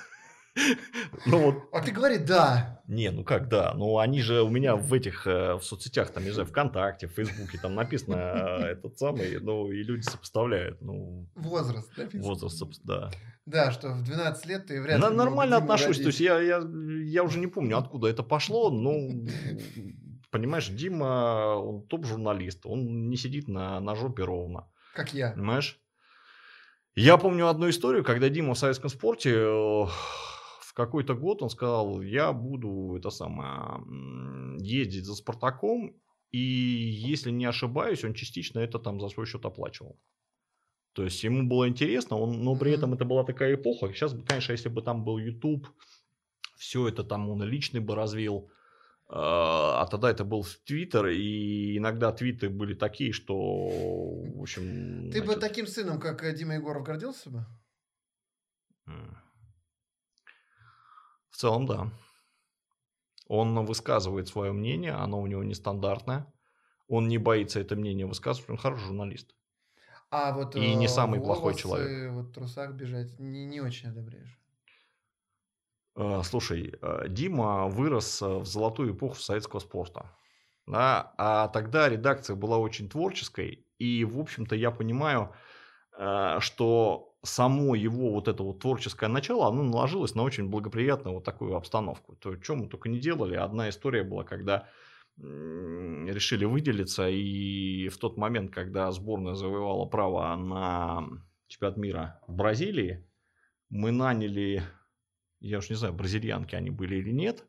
ну вот, а ты говори да. не, ну как, да, ну они же у меня в этих, э, в соцсетях, там, не знаю, ВКонтакте, в Фейсбуке, там написано э, этот самый, ну и люди сопоставляют, ну, Возраст, да, писано? возраст, собс- да. Да, что в двенадцать лет ты вряд На- ли мог нормально Диму отношусь, то есть родить. я, я, я уже не помню, откуда это пошло, но, понимаешь, Дима, он топ-журналист, он не сидит на, на жопе ровно, Как я. понимаешь? Я помню одну историю, когда Дима в советском спорте э, в какой-то год он сказал, я буду это самое, м, ездить за Спартаком, и если не ошибаюсь, он частично это там за свой счет оплачивал. То есть ему было интересно, он, но при этом Мгм. это была такая эпоха. Сейчас бы, конечно, если бы там был YouTube, все это там он и личный бы развил. э, А тогда это был Твиттер, и иногда твиты были такие, что, в общем, Ты бы значит, таким сыном, как э, Дима Егоров, гордился бы? м, в целом, да. Он высказывает свое мнение, оно у него нестандартное. Он не боится это мнение высказывать, он хороший журналист. А вот э, И не самый плохой человек. волосы, вот в трусах бежать не, не очень одобряешь. Э, Слушай, э, Дима вырос э, в золотую эпоху советского спорта. Да, а тогда редакция была очень творческой, и, в общем-то, я понимаю, э, что само его вот это вот творческое начало, оно наложилось на очень благоприятную вот такую обстановку. То, что мы только не делали. Одна история была, когда м, решили выделиться, и в тот момент, когда сборная завоевала право на чемпионат мира в Бразилии, мы наняли, я уж не знаю, бразильянки они были или нет,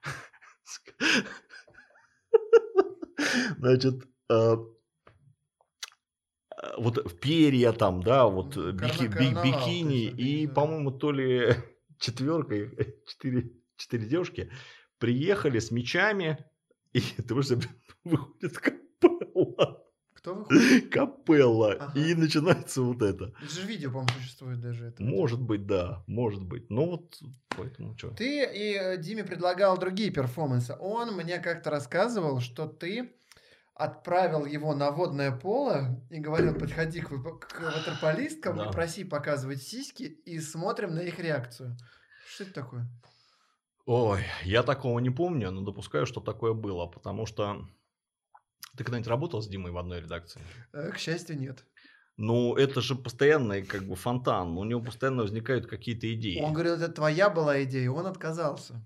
значит, э, э, вот в перья там, да, вот э, М, бики- карна- би- карнавал ты бикини, всё и, организовал. по-моему, то ли четверка, их, четыре, четыре девушки приехали с мечами, и ты можешь себе выходит капелла, Кто выходит? капелла, и Ага. начинается вот это. Это же видео, по-моему, существует даже этого Может дела. быть, да, может быть. Ну вот, поэтому что. Ты и э, Диме предлагал другие перформансы. Он мне как-то рассказывал, что ты отправил его на водное поло и говорил, подходи к, вып- к ватерполисткам и Да. проси показывать сиськи, и смотрим на их реакцию. Что это такое? Ой, я такого не помню, но допускаю, что такое было, потому что ты когда-нибудь работал с Димой в одной редакции? Э, К счастью, нет. Ну, это же постоянный как бы фонтан, у него постоянно возникают какие-то Он идеи. говорил, это твоя была идея, он отказался.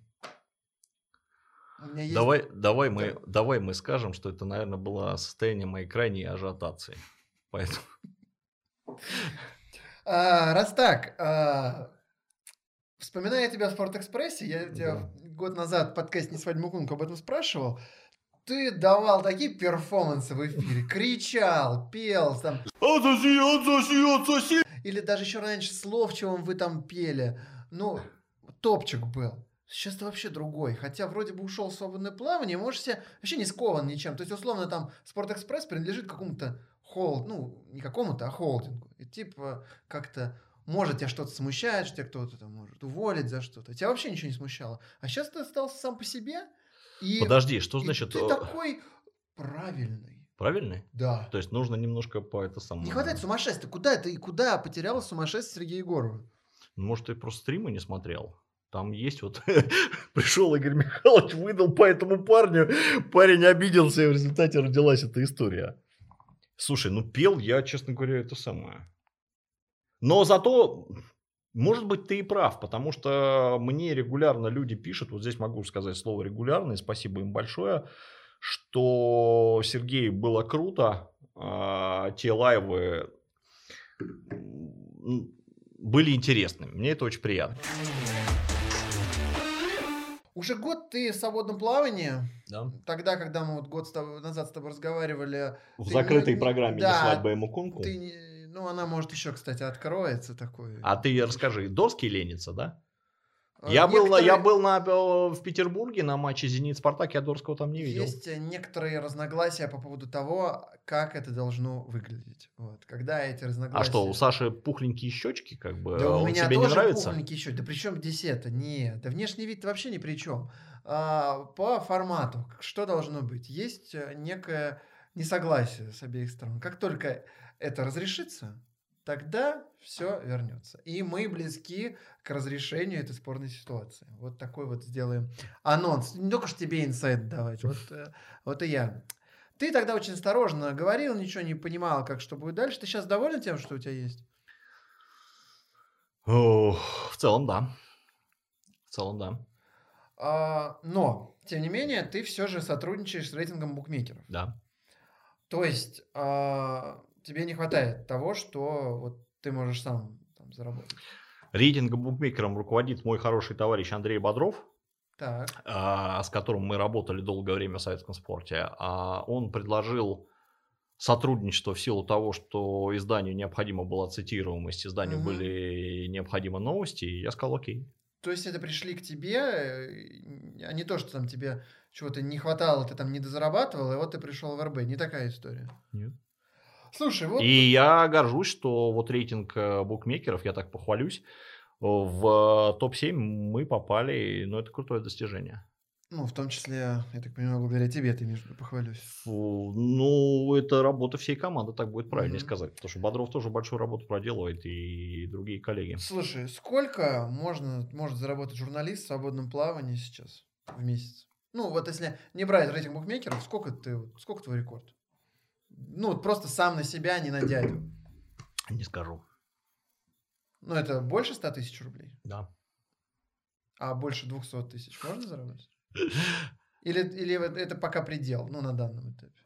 У меня есть... Давай, давай, Да. мы, давай мы скажем, что это, наверное, было состояние моей крайней ажиотации. Поэтому А, раз так, а, вспоминая тебя в «Спортэкспрессе», я тебя Да. год назад в подкасте «Не свадьба Мукунку» об этом спрашивал. Ты давал такие перформансы в эфире, кричал, пел там. Отсоси, отсоси, отсоси! Или даже еще раньше с Ловчевым вы там пели. Ну, топчик был. Сейчас ты вообще другой. Хотя вроде бы ушел в свободное плавание, можешь себя вообще не скован ничем. То есть, условно, там «Спортэкспресс» принадлежит какому-то холд, ну, не какому-то, а холдингу. И типа как-то может тебя что-то смущает, что тебя кто-то там может уволить за что-то. Тебя вообще ничего не смущало. А сейчас ты остался сам по себе, и, Подожди, что и значит ты э, такой правильный. правильный? Да. То есть нужно немножко по это Не хватает самое... сумасшествия. Куда ты, куда потерял сумасшествие Сергея Егорова? Может, ты просто стримы не смотрел? Там есть вот... Пришел Игорь Михайлович, выдал по этому парню. Парень обиделся, и в результате родилась эта история. Слушай, ну пел я, честно говоря, это самое. Но зато, может быть, ты и прав, потому что мне регулярно люди пишут, вот здесь могу сказать слово регулярно, и спасибо им большое, что Сергей, было круто, а, те лайвы м, были интересными. Мне это очень приятно. Уже год ты в свободном плавании. Да. Тогда, когда мы вот год с тобой- назад с тобой разговаривали... В ты закрытой не- не- программе «Не да, свадьба и Мукунку». ты не- ну, она, может, еще, кстати, откроется такой. А ты расскажи, Дорский ленится, да? Э, Я был, на- я некоторые- был на, э, в Петербурге на матче «Зенит-Спартак», я Дорского там не видел. Есть э, некоторые разногласия по поводу того, как это должно выглядеть. Вот. Когда эти А разногласия... что, у Саши пухленькие щечки, как бы, Да у он меня тебе тоже не нравится? пухленький еще. Да при чем здесь это? Нет, да внешний вид вообще ни при чем. А, по формату, к- что должно быть? Есть э, некое несогласие с обеих сторон. Как только это разрешится, тогда все вернется. И мы близки к разрешению этой спорной ситуации. Вот такой вот сделаем анонс. Не только ж тебе инсайт давать, вот, э, вот и я. Ты тогда очень осторожно говорил, ничего не понимал, как что будет дальше. Ты сейчас доволен тем, что у тебя есть? Ох, в целом, да. В целом, да. А, но, тем не менее, ты все же сотрудничаешь с рейтингом букмекеров. Да. То есть а, тебе не хватает того, что вот ты можешь сам там заработать. Рейтингом букмекером руководит мой хороший товарищ Андрей Бодров, Так. а, с которым мы работали долгое время в советском спорте. А он предложил сотрудничество в силу того, что изданию необходима была цитируемость, изданию Мгм. были необходимы новости, и я сказал окей. То есть это пришли к тебе, э, а не то, что там тебе чего-то не хватало, ты там не дозарабатывал, и вот ты пришел в эр бэ. Не такая история. Нет. Слушай, вот... И я горжусь, что вот рейтинг э, букмекеров, я так похвалюсь, в топ семь мы попали, ну это крутое достижение. Ну, в том числе, я так понимаю, благодаря тебе, ты, между похвалюсь. Фу, ну, это работа всей команды, так будет правильнее Мгм. сказать. Потому что Бодров тоже большую работу проделывает, и другие коллеги. Слушай, сколько можно, может заработать журналист в свободном плавании сейчас в месяц? Ну, вот если не брать рейтинг букмекеров, сколько ты, вот, сколько твой рекорд? Ну, вот просто сам на себя, не на дядю. Не скажу. Ну, это больше ста тысяч рублей? Да. А больше двухсот тысяч можно заработать? Или, или вот это пока предел, ну, на данном этапе?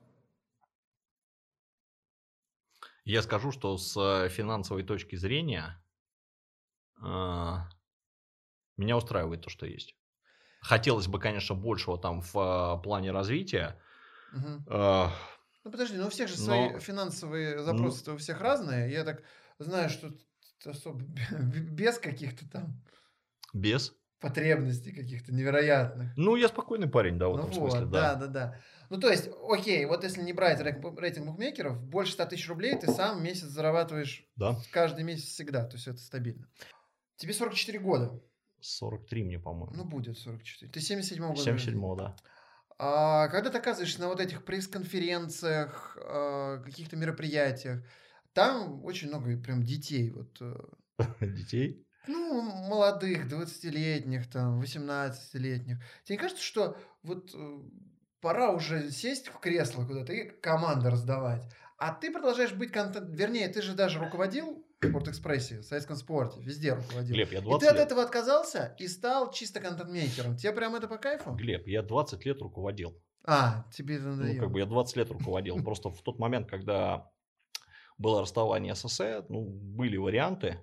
Я скажу, что с финансовой точки зрения э, меня устраивает то, что есть. Хотелось бы, конечно, большего там в э, плане развития. Мгм. э, Ну, подожди, ну у всех же свои но финансовые ну, запросы, у всех разные. Я так знаю, что т- особо без каких-то там без. потребностей каких-то невероятных. Ну, я спокойный парень, да, в Ну этом смысле, вот, да. да, да, да. Ну, то есть, окей, вот если не брать рейк- рейтинг букмекеров, больше ста тысяч рублей ты сам в месяц зарабатываешь Да. каждый месяц всегда, то есть это стабильно. Тебе сорок четыре года, сорок три мне, по-моему. ну будет сорок четыре. Ты семьдесят седьмого года семьдесят рождения. седьмого, да. А когда ты оказываешься на вот этих пресс-конференциях, а, каких-то мероприятиях, там очень много прям детей, вот, э, Детей. ну, молодых, двадцатилетних, там, восемнадцатилетних. Тебе не кажется, что вот э, пора уже сесть в кресло куда-то и команды раздавать? А ты продолжаешь быть контент... Вернее, ты же даже руководил в «Спортэкспрессе», в советском спорте, везде руководил. Глеб, я И ты двадцать от лет. этого отказался и стал чисто контент-мейкером. Тебе прям это по кайфу? Глеб, я двадцать лет руководил. А, тебе это Ну, как надоело. бы я двадцать лет руководил. Просто в тот момент, когда было расставание с СССР, ну, были варианты.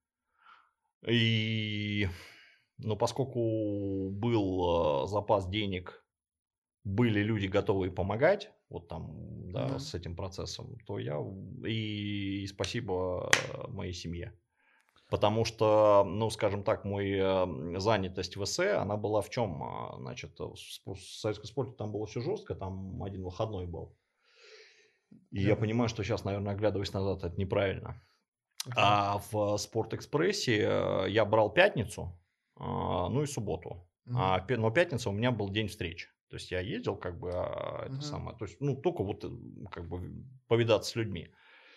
И, но поскольку был э, запас денег, были люди, готовые помогать, вот там, да, Ну, с этим процессом, то я и, и спасибо э, моей семье. Потому что, ну, скажем так, мой э, занятость в СЭ, она была в чем? А, Значит, в, спо- в советском спорте там было все жестко, там один выходной был. И я да, понимаю, что сейчас, наверное, оглядываясь назад, это неправильно. это да. А в Спортэкспрессе э, я брал пятницу, а, ну и субботу. Мгм, А, пе- но пятница у меня был день встреч. То есть я ездил, как бы, а, это мгм. самое, то есть, ну, только вот, э, как бы, повидаться с людьми.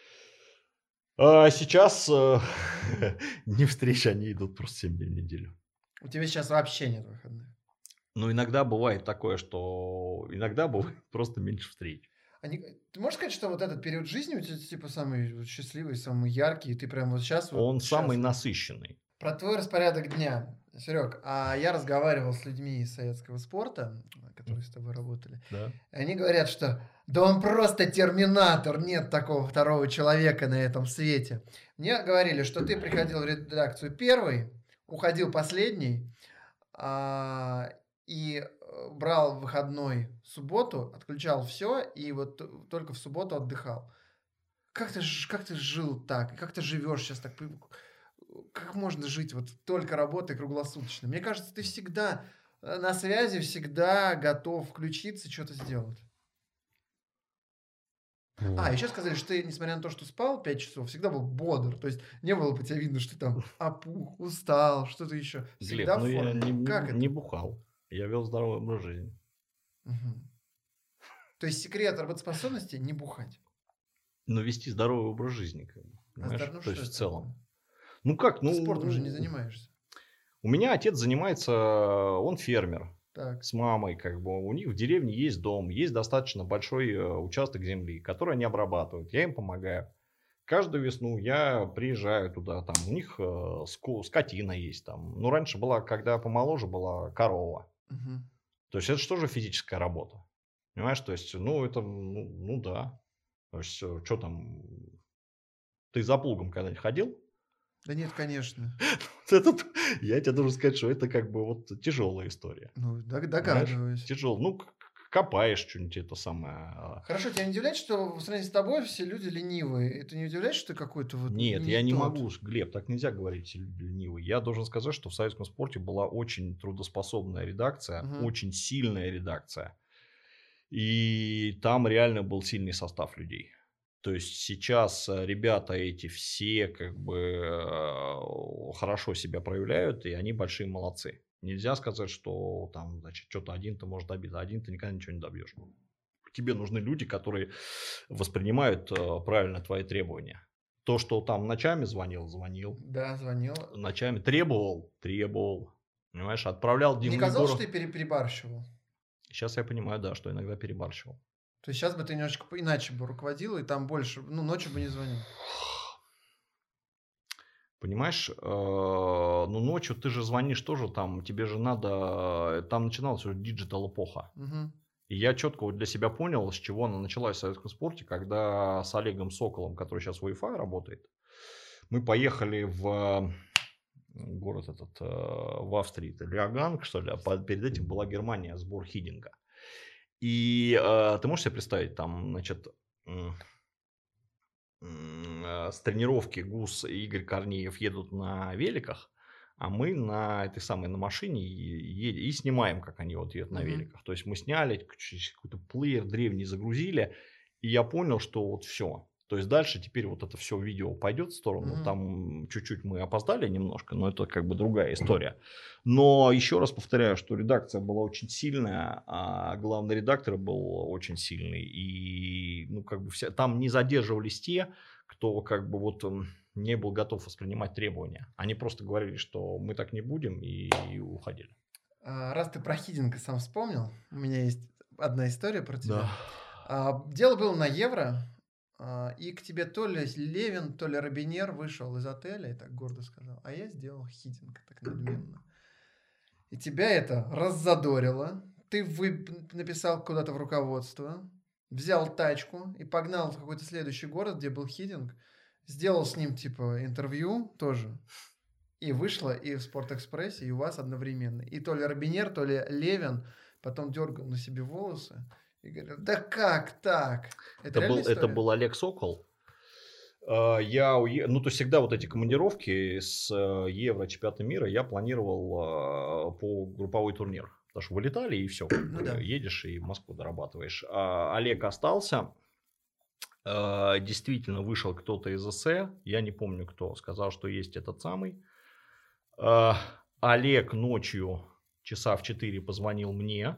А сейчас э, не встречи, они идут просто семь дней в неделю. У тебя сейчас вообще нет выходных. Но иногда бывает такое, что иногда бывает просто меньше встреч. Они, ты можешь сказать, что вот этот период жизни у тебя типа самый вот счастливый, самый яркий, и ты прям вот сейчас вот Он самый счастлив? насыщенный. Про твой распорядок дня, Серег, а я разговаривал с людьми из советского спорта, которые с тобой работали, Да. и они говорят, что да он просто терминатор, нет такого второго человека на этом свете. Мне говорили, что ты приходил в редакцию первый, уходил последний, а, и э, брал выходной в субботу, отключал все, и вот т- только в субботу отдыхал. Как ты, ж- как ты жил так? И как ты живешь сейчас так? Пы- Как можно жить вот только работой круглосуточно? Мне кажется, ты всегда э, на связи, всегда готов включиться, что-то сделать. А, еще сказали, что ты, несмотря на то, что спал пять часов, всегда был бодр. То есть не было по тебе видно, что ты там опух, устал, что-то еще. Глеб, Всегда в ну я форме. не, не, Как бу- не это? бухал. Я вел здоровый образ жизни. Мгм. То есть секрет работоспособности – не бухать. Но вести здоровый образ жизни, как бы, А здор- понимаешь? ну То что есть в это такое? целом. Ну как, Ты спортом же не ну, занимаешься. у меня отец занимается, он фермер Так. с мамой, как бы у них в деревне есть дом, есть достаточно большой э, участок земли, который они обрабатывают. Я им помогаю. Каждую весну я приезжаю туда, там у них э, ску- скотина есть там. Ну раньше была, когда помоложе была корова. Мгм. То есть это же тоже физическая работа. Понимаешь, то есть, ну это, ну, ну да. То есть, что там, ты за плугом когда-нибудь ходил? Да нет, конечно. Вот это т- я тебе должен сказать, что это как бы вот тяжелая история. Ну, дог- Понимаешь? догадываюсь. Тяжело. Ну, к- к- копаешь что-нибудь это самое. а. Хорошо, тебя не удивляет, что в сравнении с тобой все люди ленивые? Это не удивляет, что ты какой-то вот Нет, не я не тот? могу, Глеб, так нельзя говорить ленивый. Я должен сказать, что в советском спорте была очень трудоспособная редакция, Мгм. очень сильная редакция. И там реально был сильный состав людей. То есть сейчас э, ребята эти все как бы э, хорошо себя проявляют, и они большие молодцы. Нельзя сказать, что там, значит, что-то один ты можешь добиться, один ты никогда ничего не добьешь. Тебе нужны люди, которые воспринимают э, правильно твои требования. То, что там ночами звонил, звонил. Да, звонил. Ночами требовал, требовал. Понимаешь, отправлял Не дневник казалось, что город. ты пере- перебарщивал? Сейчас я понимаю, да, что иногда перебарщивал. То есть сейчас бы ты немножечко по- иначе бы руководил, и там больше, ну, ночью бы не звонил. Понимаешь, э, ну ночью ты же звонишь тоже там, тебе же надо, там начиналась уже диджитал эпоха. Мгм. И я четко вот для себя понял, с чего она началась в советском спорте, когда с Олегом Соколом, который сейчас в УЕФА работает, мы поехали в город этот, э, в Австрии, это Риоганг, что ли, а под- перед этим была Германия, сбор Хидинга. И э, ты можешь себе представить, там, значит, м, м, э, с тренировки Гус и Игорь Корнеев едут на великах, а мы на этой самой на машине и, и- и снимаем, как они вот едут на Мгм. великах. То есть мы сняли к- ч- какой-то плеер древний, загрузили, и я понял, что вот все. То есть дальше теперь вот это все видео пойдет в сторону. Мгм. Там чуть-чуть мы опоздали немножко, но это как бы другая история. Но еще раз повторяю, что редакция была очень сильная, а главный редактор был очень сильный. И ну, как бы вся, там не задерживались те, кто как бы вот м, не был готов воспринимать требования. Они просто говорили, что мы так не будем, и, и уходили. А, Раз ты про Хидинга сам вспомнил, у меня есть одна история про Да. тебя. А, Дело было на Евро, а, и к тебе то ли Левин, то ли Робинер вышел из отеля и так гордо сказал, а я сделал Хидинга так надменно. И тебя это раззадорило. Ты вы... написал куда-то в руководство. взял тачку и погнал в какой-то следующий город, где был хидинг, сделал с ним, типа, интервью тоже, и вышло и в Спортэкспрессе, и у вас одновременно. И то ли Робинер, то ли Левин потом дергал на себе волосы и говорил, да как так? Это, Это реальная был, это история? был Олег Сокол. А, Я, уе- ну, то есть всегда вот эти командировки с э, Евро, чемпионата мира я планировал а, по групповой турнир. Потому что вылетали и все, Ну да. едешь и в Москву дорабатываешь. А Олег остался. А, Действительно вышел кто-то из ЭСЭ, я не помню кто, сказал, что есть этот самый. А, Олег ночью часа в четыре позвонил мне.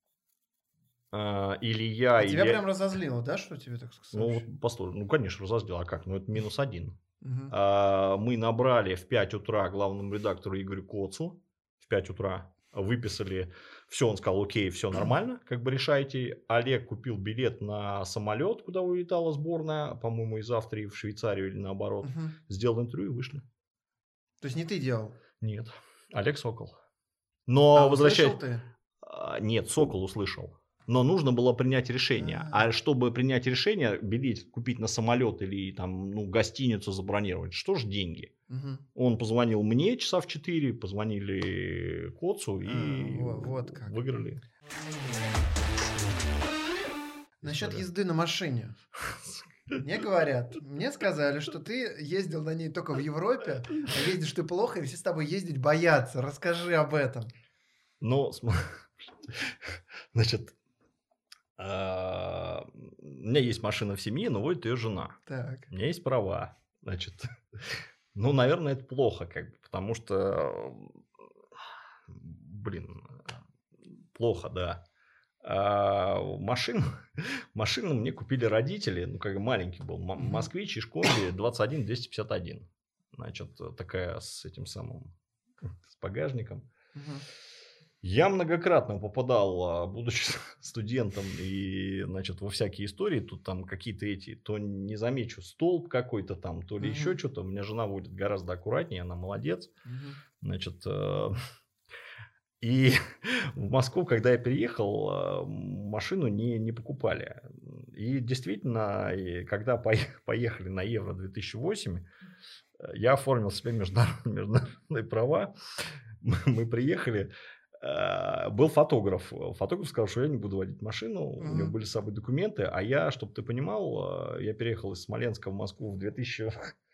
А, Или я, А или... тебя прям разозлило, да, что тебе так Ну, сказать? вот послушай, ну, конечно, разозлил, а как? Ну, это минус один. Мгм. А, Мы набрали в пять утра главному редактору Игорю Коцу. В пять утра выписали. Все, он сказал, окей, все нормально, как бы решайте. Олег купил билет на самолет, куда улетала сборная, по-моему, из Австрии в Швейцарию или наоборот. Мгм. Сделал интервью и вышли. То есть не ты делал? Нет, Олег Сокол. Но А возвращаясь... услышал ты? А, Нет, Сокол услышал. Но нужно было принять решение. А. А чтобы принять решение, билет купить на самолет или там, ну, гостиницу забронировать, что ж деньги? Мгм. Он позвонил мне часа в четыре, позвонили Коцу и А, во- вот как. выиграли. Насчет История. езды на машине. Мне говорят, мне сказали, что ты ездил на ней только в Европе, а ездишь ты плохо, и все с тобой ездить боятся. Расскажи об этом. Ну, см- значит, а, у меня есть машина в семье, но водит ее жена. Так. У меня есть права. Значит, ну, наверное, это плохо, как бы, потому что, блин, плохо, да. А машину, машину мне купили родители, ну, как маленький был, м- Мгм. москвич и школе двадцать один двести пятьдесят один. Значит, такая с этим самым, с багажником. Мгм. Я многократно попадал, а, будучи студентом, и, значит, во всякие истории, тут там какие-то эти, то не замечу столб какой-то там, то ли еще Мгм. что-то. У меня жена водит гораздо аккуратнее, она молодец. Мгм. Значит, э, и в Москву, когда я переехал, э, машину не, не покупали. И действительно, и когда пое- поехали на Евро две тысячи восемь, э, я оформил себе международные, международные права. Мы мы приехали, э, был фотограф. Фотограф сказал, что я не буду водить машину, у него Мгм. были с собой документы, а я, чтобы ты понимал, э, я переехал из Смоленска в Москву в две тысячи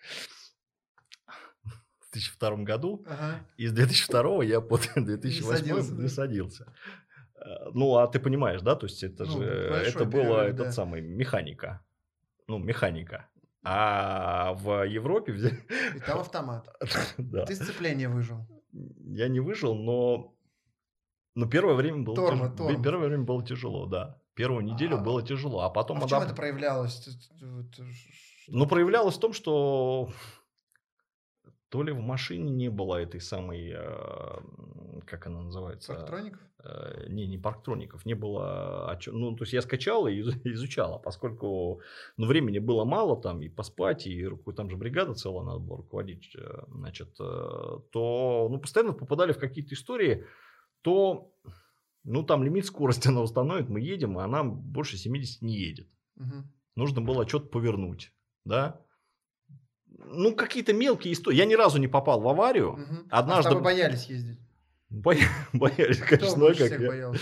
в две тысячи втором году, Ага. и с две тысячи второго я по две тысячи восьмой садился, не да? садился. Э, Ну, а ты понимаешь, да, то есть это Ну, же, это большой было перерыв, этот да. самый, механика. Ну, механика. А в Европе, взя- И там автомат. да, Ты сцепление выжил. я не выжил, но, но первое время было Тормоз, тяж- тормоз. первое время было тяжело, да. Первую неделю А- было тяжело, а потом А в чем адап- это проявлялось? Т- т- вот, ш- что Ну, ты- проявлялось в том, что то ли в машине не было этой самой, э, как она называется? Парктроников? Э, Не, не парктроников, не было. о чё- Ну, то есть я скачал и из- изучал, а поскольку ну, времени было мало там и поспать, и руку, там же бригада целая надо было руководить, э, значит, э, то ну, постоянно попадали в какие-то истории, то ну, там лимит скорости она установит, мы едем, а она больше семидесяти не едет. Мгм. Нужно было что-то повернуть, да? Ну, какие-то мелкие истории. Я ни разу не попал в аварию. Мгм. А с Однажды тобой боялись ездить? боя- боялись, Кто конечно, больше как всех я. боялся?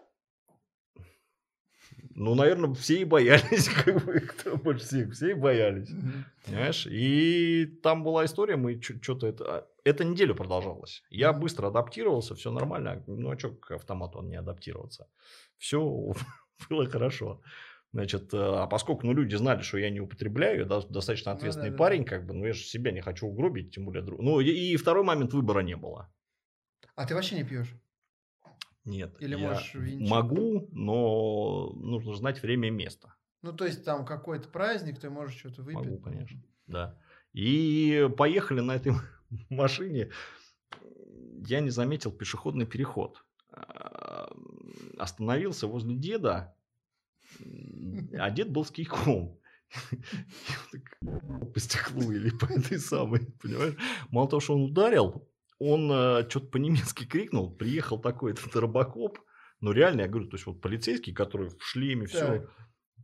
Ну, наверное, все и боялись, как бы, кто больше всех, все и боялись, Мгм. понимаешь? И там была история, мы что-то это, это неделю продолжалось. Я Мгм. быстро адаптировался, все нормально. Ну, а что к автомату не адаптироваться? Все было хорошо. Значит, э, а поскольку, ну, люди знали, что я не употребляю, я до- достаточно Ну ответственный да-да-да. парень, как бы, ну, я же себя не хочу угробить, тем более друг. Ну, и, и второй момент, выбора не было. А ты вообще не пьешь? Нет, Или я можешь винчик? могу, но нужно знать время и место. Ну, то есть там какой-то праздник, ты можешь что-то выпить. Могу, ну, конечно. Да. И поехали на этой машине. Я не заметил пешеходный переход. А, Остановился возле деда, м, а дед был с кийком. Я так по стеклу или по этой самой, понимаешь? Мало того, что он ударил, он что-то по-немецки крикнул. Приехал такой этот робокоп. Ну, реально, я говорю, то есть вот полицейский, который в шлеме, все. Так.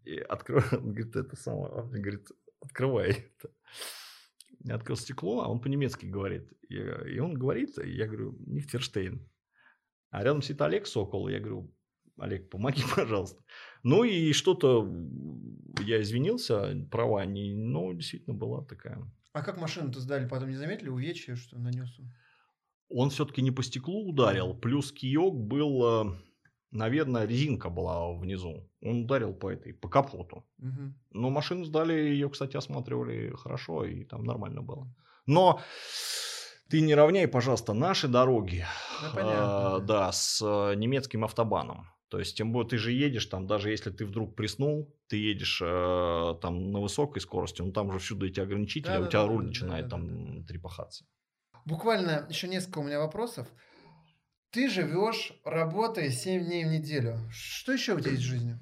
И открою, он говорит, это самое, он мне говорит, открывай это. Я открыл стекло, а он по-немецки говорит. И, и он говорит, и я говорю, Нихтерштейн. А рядом сидит Олег Сокол, и я говорю, Олег, помоги, пожалуйста. Ну и что-то я извинился, права не, ну, действительно была такая. А как машину-то сдали, потом не заметили увечья, что нанес он? Он все-таки не по стеклу ударил, плюс киек был, наверное, резинка была внизу. Он ударил по этой, по капоту. Угу. Но машину сдали, ее, кстати, осматривали хорошо, и там нормально было. Но ты не равняй, пожалуйста, наши дороги, Ну, понятно, э, да. да, с э, немецким автобаном. То есть, тем более, ты же едешь там, даже если ты вдруг приснул, ты едешь э, там на высокой скорости, ну там же всюду эти ограничители, а у тебя руль Да-да-да-да-да-да-да-да. начинает там трепахаться. Буквально еще несколько у меня вопросов. Ты живешь, работая семь дней в неделю. Что еще у тебя есть в жизни?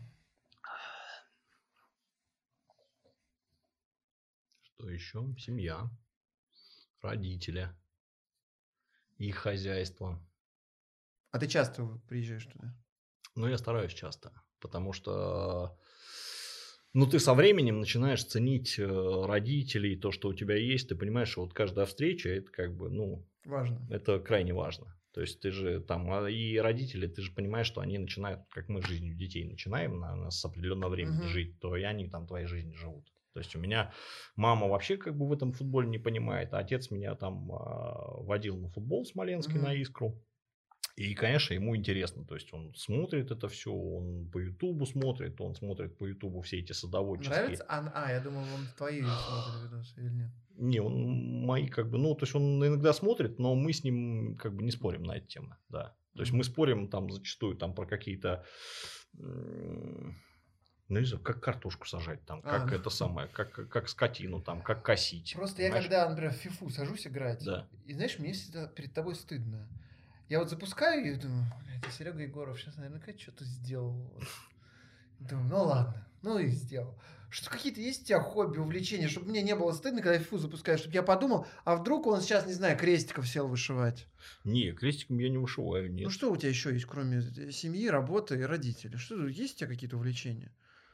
Что еще? Семья, родители, их хозяйство. А ты часто приезжаешь туда? Ну, я стараюсь часто, потому что, ну, ты со временем начинаешь ценить э, родителей, то, что у тебя есть, ты понимаешь, что вот каждая встреча, это как бы, ну, Важно. это крайне важно. То есть ты же там, а, и родители, ты же понимаешь, что они начинают, как мы жизнью детей начинаем на, на- с определенного времени Мгм. жить, то и они там твоей жизнью живут. То есть у меня мама вообще как бы в этом футболе не понимает, а отец меня там а, водил на футбол в Смоленске, на Мгм. Искру. И, конечно, ему интересно, то есть он смотрит это все, он по Ютубу смотрит, он смотрит по Ютубу все эти садоводческие. Нравится? А, а, я думал, он твои смотрит видосы или нет? Не, он мои как бы, ну, то есть он иногда смотрит, но мы с ним как бы не спорим на эти темы, да. То есть Мгм. мы спорим там зачастую там про какие-то, м, ну, не знаю, как картошку сажать там, А, как ну, это самое, как, как как скотину там, как косить, просто я понимаешь? когда, например, в фифу сажусь играть, Да. и знаешь, мне всегда перед тобой стыдно. Я вот запускаю и думаю, блядь, Серега Егоров сейчас наверняка что-то сделал. Вот. Думаю, ну ладно, ну и сделал. Что какие-то есть у тебя хобби, увлечения, чтобы мне не было стыдно, когда я фифу запускаю, чтобы я подумал, а вдруг он сейчас, не знаю, крестиков сел вышивать. Не, крестиком я не вышиваю, Ну нет. что у тебя еще есть, кроме э, семьи, работы и родителей? Что есть у тебя какие-то увлечения?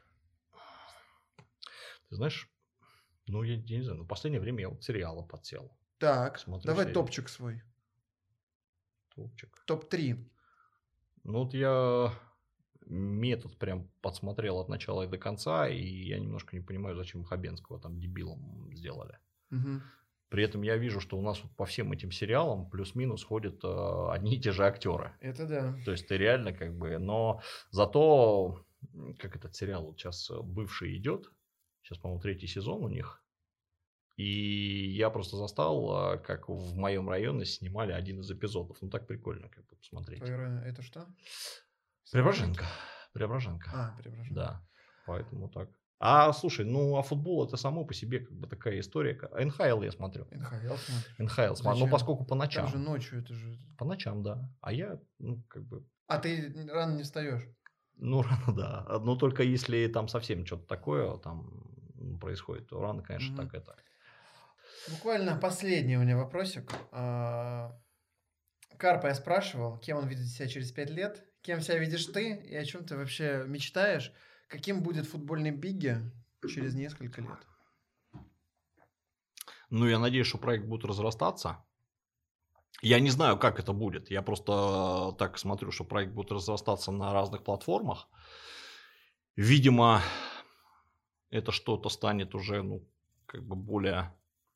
Ты знаешь, ну, я, я не знаю, но в последнее время я вот сериалы подсел. Так, Смотрю давай серии. топчик свой. Топчик. топ три. Ну, вот я метод прям подсмотрел от начала и до конца, и я немножко не понимаю, зачем Хабенского там дебилом сделали. Мгм. При этом я вижу, что у нас вот по всем этим сериалам плюс-минус ходят э, одни и те же актеры. Это да. То есть ты реально как бы, но зато, м, как этот сериал вот сейчас э, бывший идет, сейчас, по-моему, третий сезон у них, и я просто застал, э, как в моем районе снимали один из эпизодов. Ну, так прикольно как бы посмотреть. Твой район- Это что? Преображенка. Преображенка. А, Преображенка. Да, поэтому так. А слушай, ну а футбол это само по себе как бы такая история. эн ха эл я смотрю. эн ха эл смотришь? эн ха эл смотрю, ну Зачем? поскольку по Там ночам. же ночью это же... По ночам, да. А я, ну как бы, А ты рано не встаешь? ну рано, да. Но только если там совсем что-то такое там м, происходит, то рано, конечно, Мгм. так это. Буквально последний у меня вопросик. А, Карпа я спрашивал, кем он видит себя через пять лет, кем себя видишь ты и о чем ты вообще мечтаешь, каким будет футбольный Бигги через несколько лет. Ну, я надеюсь, что проект будет разрастаться. Я не знаю, как это будет. Я просто так смотрю, что проект будет разрастаться на разных платформах. Видимо, это что-то станет уже, ну, как бы более...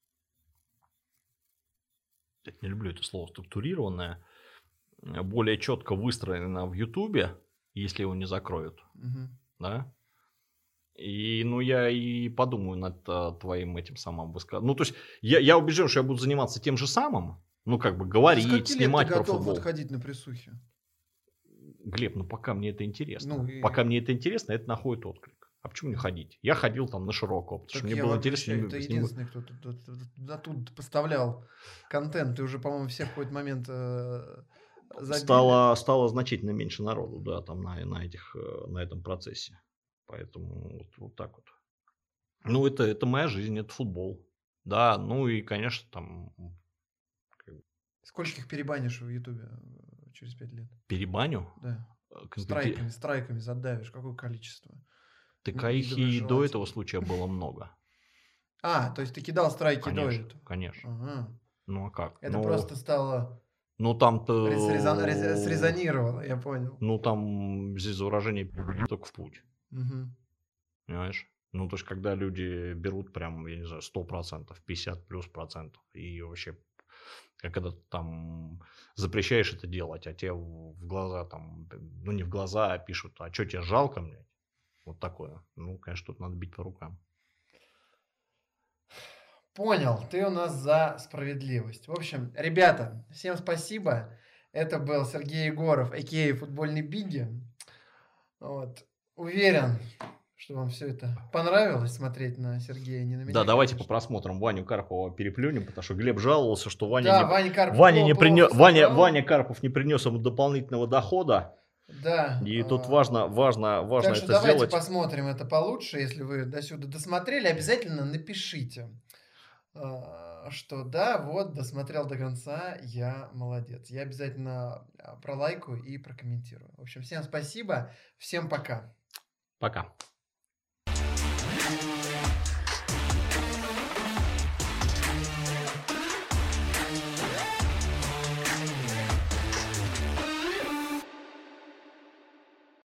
Я не люблю это слово структурированное. Более четко выстроено в Ютубе, если его не закроют. Мгм. Да? И, ну, я и подумаю над а, твоим этим самым высказыванием. Ну, то есть, я, я убежден, что я буду заниматься тем же самым. Ну, как бы Со говорить, скольки лет ты снимать про готов футбол. вот ходить на присухе? Глеб, ну пока мне это интересно. Ну, и- Пока мне это интересно, это находит отклик. А почему не ходить? Я ходил там на широкого, потому Так что мне я было вам интересно. отвечаю, с ты ним- единственный, кто тут, тут- тут- оттуда поставлял контент. Ты уже, по-моему, всех в какой-то момент э, забили. стало, стало значительно меньше народу, да, там на, на, этих, э, на этом процессе. Поэтому вот, вот так вот. Ну, это, это моя жизнь, это футбол. Да, ну и, конечно, там Скольких перебанишь в Ютубе э, через пять лет? перебаню. Да. э, конкрети- Страйками, страйками задавишь. Какое количество? Тыкаихи Видовых и до этого желательно. случая было много. А, то есть ты кидал страйки до Конечно, этого? конечно. Ага. Ну а как? Это Ну, просто стало... ну Рез- резон- рез- там-то, Срезонировало, я понял. ну там здесь выражение только в путь, Мгм. понимаешь? Ну, то есть, когда люди берут прям, я не знаю, сто процентов, пятьдесят плюс процентов, и вообще, как когда ты там запрещаешь это делать, а тебе в в глаза там, ну не в глаза, а пишут, а что тебе жалко, блядь? Вот такое. Ну, конечно, тут надо бить по рукам. Понял, ты у нас за справедливость. В общем, ребята, всем спасибо. Это был Сергей Егоров, а.к.а. Футбольный Биги. Вот. Уверен, что вам все это понравилось смотреть на Сергея, не на меня, Да, давайте по конечно. просмотрам Ваню Карпова переплюнем, потому что Глеб жаловался, что Ваня Да, не, Ваня Карпов Ваня пло- не плохо принес, Ваня, сыграл. Ваня Карпов не принес ему дополнительного дохода. Да. И тут а, важно, важно, важно Так что это давайте сделать. посмотрим это получше. Если вы до сюда досмотрели, обязательно напишите, а, что да, вот, досмотрел до конца, я молодец. Я обязательно а, пролайкаю и прокомментирую. В общем, всем спасибо, всем пока. Пока.